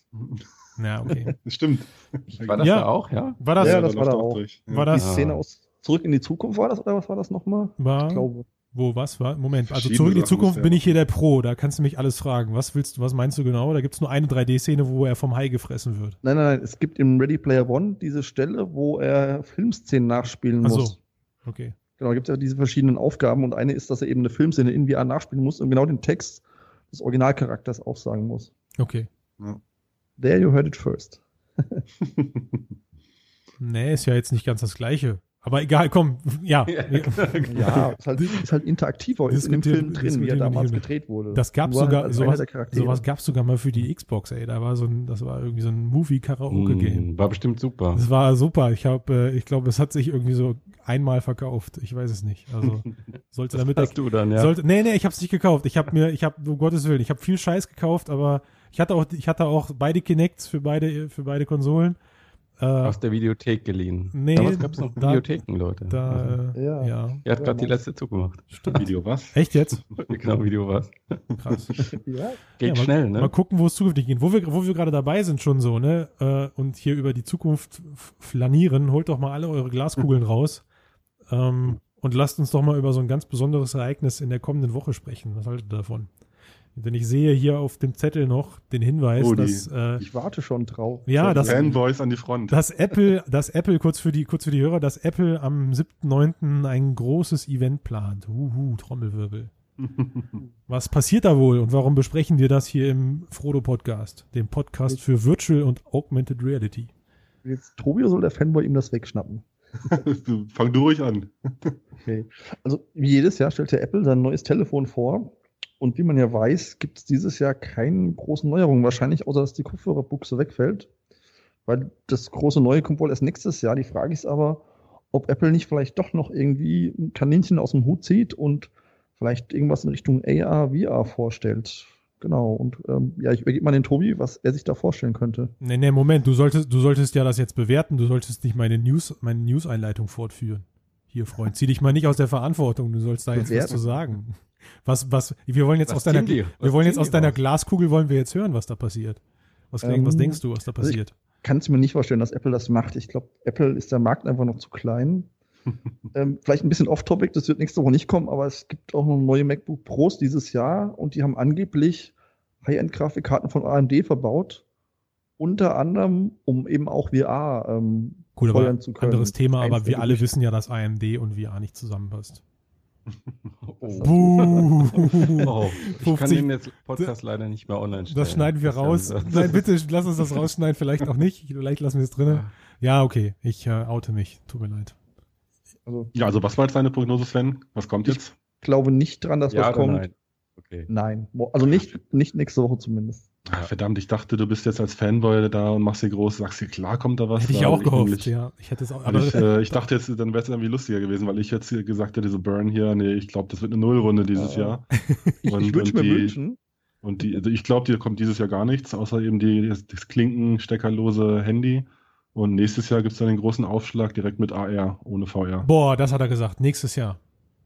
Ja, okay. Stimmt. War das da auch, ja? War das? Ja, das war da auch. War das? Die Szene aus Zurück in die Zukunft war das, oder was war das nochmal? Ich glaube. Moment, also Zurück in die Zukunft bin ich hier der Pro, da kannst du mich alles fragen. Was meinst du genau? Da gibt es nur eine 3D-Szene, wo er vom Hai gefressen wird. Nein, es gibt im Ready Player One diese Stelle, wo er Filmszenen nachspielen muss. Ach so, okay. Genau, da gibt es ja diese verschiedenen Aufgaben und eine ist, dass er eben eine Filmszene in VR nachspielen muss und genau den Text des Originalcharakters aufsagen muss. Okay. Ja. There you heard it first. Nee, ist ja jetzt nicht ganz das Gleiche. Aber egal, komm, ja. Ja, ist halt interaktiver, ist in dem Film drin, wie er damals gedreht wurde. Das gab's sogar, sowas gab's sogar mal für die Xbox, ey. Das war irgendwie so ein Movie-Karaoke-Game. War bestimmt super. Das war super. Ich glaube, es hat sich irgendwie so einmal verkauft. Ich weiß es nicht. Also, sollte damit. Hast du dann, ja? Nee, ich hab's nicht gekauft. Um Gottes Willen, ich habe viel Scheiß gekauft, aber ich hatte auch beide Kinects für beide Konsolen. Aus der Videothek geliehen. Nee, damals gab es noch Videotheken, Leute. Ja. Er hat gerade die letzte zugemacht. Stimmt. Video was? Echt jetzt? Genau, Video was. Krass. Geht schnell, ne? Mal gucken, wo es zukünftig geht. Wo wir gerade dabei sind schon so, ne? Und hier über die Zukunft flanieren, holt doch mal alle eure Glaskugeln raus. Und lasst uns doch mal über so ein ganz besonderes Ereignis in der kommenden Woche sprechen. Was haltet ihr davon? Denn ich sehe hier auf dem Zettel noch den Hinweis, dass ich warte schon drauf. Ja, das Fanboys an die Front. Dass Apple kurz für die Hörer, dass Apple am 7.9. ein großes Event plant. Trommelwirbel. Was passiert da wohl und warum besprechen wir das hier im Frodo-Podcast, dem Podcast für Virtual und Augmented Reality? Jetzt Tobi, soll der Fanboy ihm das wegschnappen? Fang du ruhig an. Okay. Also wie jedes Jahr stellt ja Apple sein neues Telefon vor. Und wie man ja weiß, gibt es dieses Jahr keine großen Neuerungen wahrscheinlich, außer dass die Kopfhörerbuchse wegfällt. Weil das große Neue kommt wohl erst nächstes Jahr. Die Frage ist aber, ob Apple nicht vielleicht doch noch irgendwie ein Kaninchen aus dem Hut zieht und vielleicht irgendwas in Richtung AR, VR vorstellt. Genau. Und ich übergebe mal den Tobi, was er sich da vorstellen könnte. Nee, Moment. Du solltest ja das jetzt bewerten. Du solltest nicht meine News-Einleitung fortführen. Hier, Freund, zieh dich mal nicht aus der Verantwortung. Du sollst da jetzt was zu sagen. Wir wollen jetzt aus deiner Glaskugel wollen wir jetzt hören, was da passiert. Was denkst du, was da passiert? Ich kann es mir nicht vorstellen, dass Apple das macht. Ich glaube, Apple ist der Markt einfach noch zu klein. Vielleicht ein bisschen off-topic, das wird nächste Woche nicht kommen, aber es gibt auch noch neue MacBook Pros dieses Jahr und die haben angeblich High-End-Grafikkarten von AMD verbaut. Unter anderem, um eben auch VR steuern zu können. Anderes Thema, aber wir alle wissen ja, dass AMD und VR nicht zusammenpasst. Ich kann den jetzt Podcast leider nicht mehr online stellen. Das schneiden wir raus. Nein, bitte, lass uns das rausschneiden. Vielleicht auch nicht. Vielleicht lassen wir es drin. Ja, okay. Ich oute mich. Tut mir leid. Also was war jetzt deine Prognose, Sven? Was kommt jetzt? Ich glaube nicht dran, dass was kommt. Nein. Okay. Nein. Also nicht nächste Woche zumindest. Verdammt, ich dachte, du bist jetzt als Fanboy da und machst dir groß, sagst dir, klar kommt da was. Hätte ich auch gehofft, ja. Ich hätte es auch. Aber ich dachte jetzt, dann wäre es irgendwie lustiger gewesen, weil ich jetzt gesagt hätte, so Burn hier, nee, ich glaube, das wird eine Nullrunde dieses Jahr. Ich würde mir wünschen. Also ich glaube, dir kommt dieses Jahr gar nichts, außer eben das klinkensteckerlose Handy. Und nächstes Jahr gibt es dann den großen Aufschlag direkt mit AR, ohne VR. Boah, das hat er gesagt, nächstes Jahr.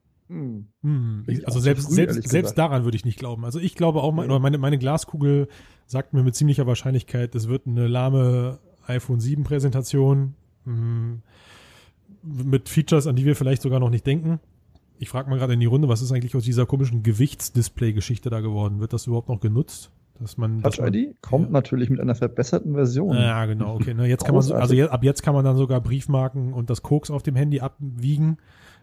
Also selbst daran würde ich nicht glauben. Also ich glaube auch, meine Glaskugel sagt mir mit ziemlicher Wahrscheinlichkeit, es wird eine lahme iPhone 7 Präsentation mit Features, an die wir vielleicht sogar noch nicht denken. Ich frage mal gerade in die Runde, was ist eigentlich aus dieser komischen Gewichtsdisplay-Geschichte da geworden? Wird das überhaupt noch genutzt? Touch ID kommt natürlich mit einer verbesserten Version. Ja, genau, okay. Ne, jetzt kann man ab jetzt kann man dann sogar Briefmarken und das Koks auf dem Handy abwiegen.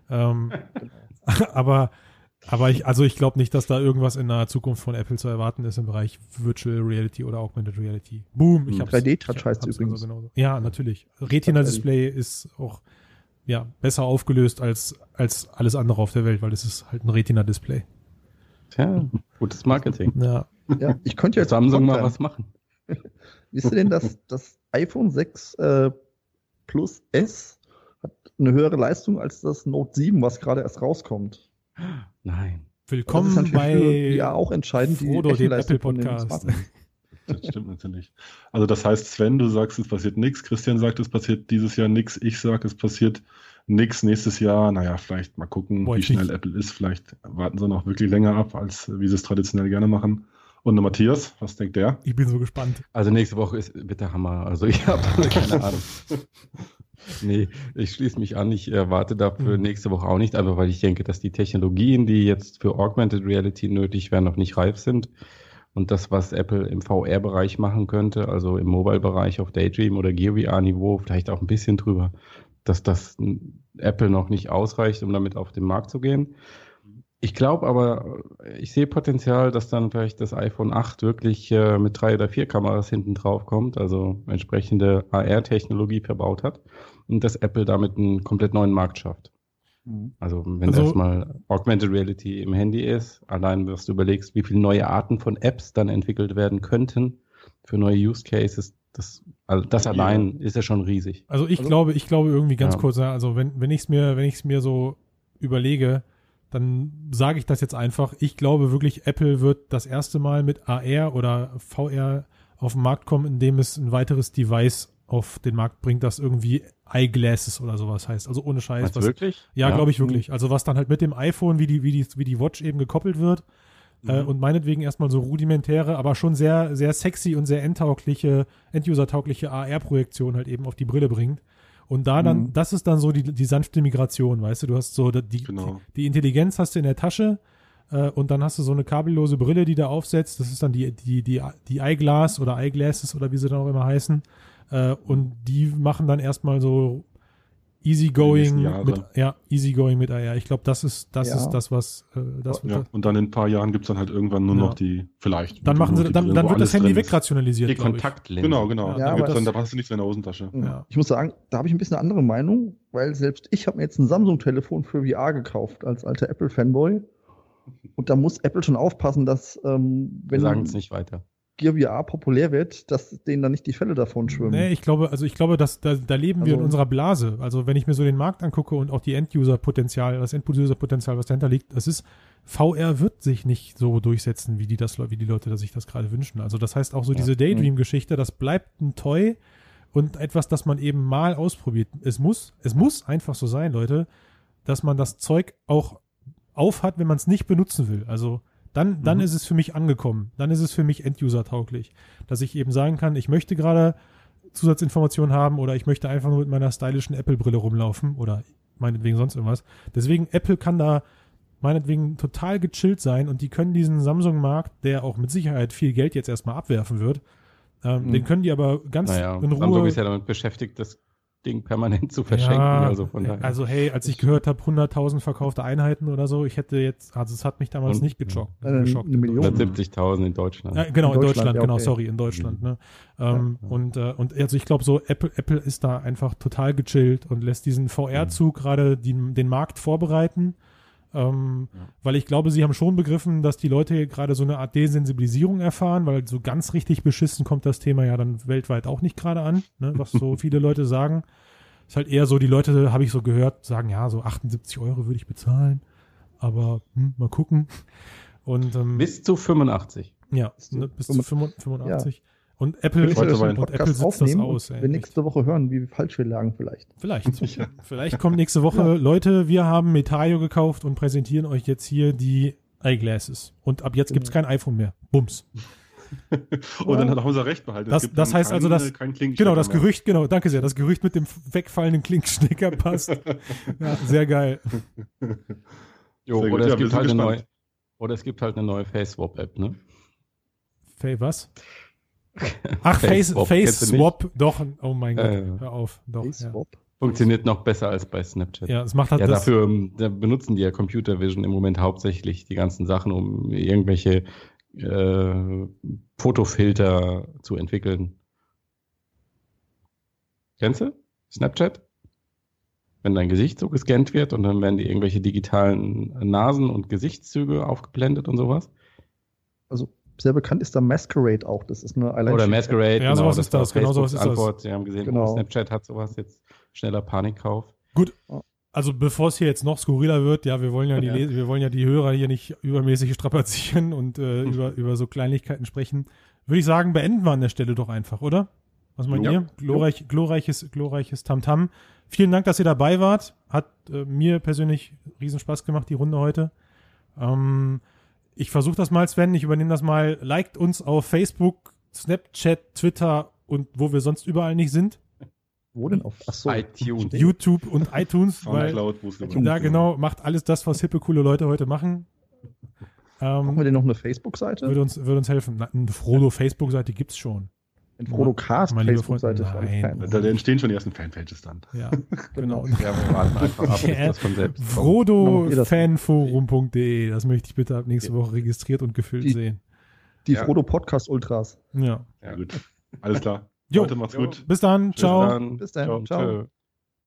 Aber ich glaube nicht, dass da irgendwas in naher Zukunft von Apple zu erwarten ist im Bereich Virtual Reality oder Augmented Reality. Boom. 3D-Touch heißt es übrigens. Also ja, natürlich. Retina-Display ist auch besser aufgelöst als alles andere auf der Welt, weil es ist halt ein Retina-Display. Tja, gutes Marketing. Ja, ich könnte jetzt Samsung mal was machen. Wisst ihr denn, dass das iPhone 6 Plus S hat eine höhere Leistung als das Note 7, was gerade erst rauskommt? Nein. Willkommen bei auch entscheidend, Frodo, dem Apple-Podcast. Das stimmt natürlich. Also das heißt, Sven, du sagst, es passiert nichts. Christian sagt, es passiert dieses Jahr nichts. Ich sage, es passiert nichts nächstes Jahr. Naja, vielleicht mal gucken, wie schnell Apple ist. Vielleicht warten sie noch wirklich länger ab, als wie sie es traditionell gerne machen. Und Matthias, was denkt der? Ich bin so gespannt. Also nächste Woche wird der Hammer. Also ich habe keine Ahnung. Nee, ich schließe mich an. Ich erwarte dafür nächste Woche auch nicht, einfach weil ich denke, dass die Technologien, die jetzt für Augmented Reality nötig wären, noch nicht reif sind. Und das, was Apple im VR-Bereich machen könnte, also im Mobile-Bereich auf Daydream oder Gear VR-Niveau, vielleicht auch ein bisschen drüber, dass das Apple noch nicht ausreicht, um damit auf den Markt zu gehen. Ich glaube aber, ich sehe Potenzial, dass dann vielleicht das iPhone 8 wirklich mit 3 oder 4 Kameras hinten drauf kommt, also entsprechende AR-Technologie verbaut hat und dass Apple damit einen komplett neuen Markt schafft. Also wenn erstmal Augmented Reality im Handy ist, allein was du überlegst, wie viele neue Arten von Apps dann entwickelt werden könnten für neue Use Cases, das allein ist ja schon riesig. Also ich glaube irgendwie ganz kurz, also wenn ich es mir so überlege, dann sage ich das jetzt einfach. Ich glaube wirklich, Apple wird das erste Mal mit AR oder VR auf den Markt kommen, indem es ein weiteres Device auf den Markt bringt, das irgendwie Eyeglasses oder sowas heißt. Also ohne Scheiß. Was wirklich? Ja, glaube ich wirklich. Also was dann halt mit dem iPhone wie die Watch eben gekoppelt wird und meinetwegen erstmal so rudimentäre, aber schon sehr, sehr sexy und sehr end-user-taugliche AR-Projektion halt eben auf die Brille bringt. Und da dann, das ist dann so die sanfte Migration, weißt du, hast so die Intelligenz hast du in der Tasche und dann hast du so eine kabellose Brille, die da aufsetzt, das ist dann die Eyeglass oder Eyeglasses oder wie sie dann auch immer heißen und die machen dann erstmal so easygoing mit AR. Ich glaube, das ist das, was und dann in ein paar Jahren gibt es dann halt irgendwann nur noch die, vielleicht. Dann wird das Handy wegrationalisiert. Die Kontaktlinse. Genau. Ja, da passt du nichts mehr in der Hosentasche. Ja. Ich muss sagen, da habe ich ein bisschen eine andere Meinung, weil selbst ich habe mir jetzt ein Samsung-Telefon für VR gekauft, als alter Apple-Fanboy. Und da muss Apple schon aufpassen, dass wir sagen es nicht weiter. Gear VR populär wird, dass denen dann nicht die Fälle davon schwimmen. Nee, ich glaube, dass da leben wir in unserer Blase. Also wenn ich mir so den Markt angucke und auch die End-User-Potenzial, was dahinter liegt, das ist, VR wird sich nicht so durchsetzen, wie die Leute sich das gerade wünschen. Also das heißt auch so diese Daydream-Geschichte, das bleibt ein Toy und etwas, das man eben mal ausprobiert. Es muss einfach so sein, Leute, dass man das Zeug auch aufhat, wenn man es nicht benutzen will. Also dann ist es für mich angekommen. Dann ist es für mich End-User-tauglich. Dass ich eben sagen kann, ich möchte gerade Zusatzinformationen haben oder ich möchte einfach nur mit meiner stylischen Apple-Brille rumlaufen oder meinetwegen sonst irgendwas. Deswegen, Apple kann da meinetwegen total gechillt sein und die können diesen Samsung-Markt, der auch mit Sicherheit viel Geld jetzt erstmal abwerfen wird, den können die aber ganz in Ruhe... Samsung ist ja damit beschäftigt, das Ding permanent zu verschenken. Also hey, als ich gehört habe, 100.000 verkaufte Einheiten oder so, es hat mich damals nicht geschockt. 170.000 in Deutschland. Ja, genau, in Deutschland, in Deutschland. Ne? Und also ich glaube so, Apple ist da einfach total gechillt und lässt diesen VR-Zug gerade den Markt vorbereiten, weil ich glaube, sie haben schon begriffen, dass die Leute gerade so eine Art Desensibilisierung erfahren, weil so ganz richtig beschissen kommt das Thema ja dann weltweit auch nicht gerade an, ne, was so viele Leute sagen. Ist halt eher so, die Leute, habe ich so gehört, sagen, ja, so 78 € würde ich bezahlen, aber mal gucken. Und bis zu 85. Ja, bis zu 85. Ja. Und Apple sitzt das aus. Wir nächste Woche hören, wie falsch wir lagen vielleicht. Vielleicht kommt nächste Woche, Leute, wir haben Metaio gekauft und präsentieren euch jetzt hier die Eyeglasses. Und ab jetzt gibt's kein iPhone mehr. Bums. Und dann haben sie recht behalten. Das heißt also, das Gerücht, danke sehr, das Gerücht mit dem wegfallenden Klinkenstecker passt. Ja, sehr geil. Oder es gibt halt eine neue Face-Swap-App, ne? Was? Ach, Face-Swap, doch, oh mein Gott, hör auf. Doch, Funktioniert noch besser als bei Snapchat. Ja, es macht halt dafür benutzen die ja Computer Vision im Moment hauptsächlich die ganzen Sachen, um irgendwelche Fotofilter zu entwickeln. Kennst du Snapchat? Wenn dein Gesicht so gescannt wird und dann werden die irgendwelche digitalen Nasen- und Gesichtszüge aufgeblendet und sowas. Also sehr bekannt ist da Masquerade auch. Das ist eine Eyeliner. Oder Masquerade, ja, sowas ist das. Genau sowas ist Antwort. Sie haben gesehen, Snapchat hat sowas jetzt. Schneller Panikkauf. Gut. Also bevor es hier jetzt noch skurriler wird, ja, wir wollen ja die Hörer hier nicht übermäßig strapazieren und über so Kleinigkeiten sprechen, würde ich sagen, beenden wir an der Stelle doch einfach, oder? Was meint ihr? Glorreiches Tamtam. Vielen Dank, dass ihr dabei wart. Hat mir persönlich riesen Spaß gemacht, die Runde heute. Ich versuche das mal, Sven, ich übernehme das mal. Liked uns auf Facebook, Snapchat, Twitter und wo wir sonst überall nicht sind. Wo denn auf? Achso, iTunes. YouTube und iTunes. Ja, genau, macht alles das, was hippe, coole Leute heute machen. Brauchen wir denn noch eine Facebook-Seite? Würde uns helfen. Eine Frodo Facebook-Seite gibt's schon. Ein Frodo-Cast Mein lieber Facebook-Seite Freund, für alle nein. Fans. Da entstehen schon die ersten Fanpages dann. Ja, Genau. genau. Ja, wir warten einfach ab, bis das von selbst kommt. Frodo-Fanforum.de, das möchte ich bitte ab nächste Woche registriert und gefüllt sehen. Die Ja. Frodo-Podcast-Ultras. Ja. Ja. Gut. Alles klar. Jo. Leute, macht's gut. Bis dann, ciao. Bis Bis dann. Ciao. Ciao. Tschö.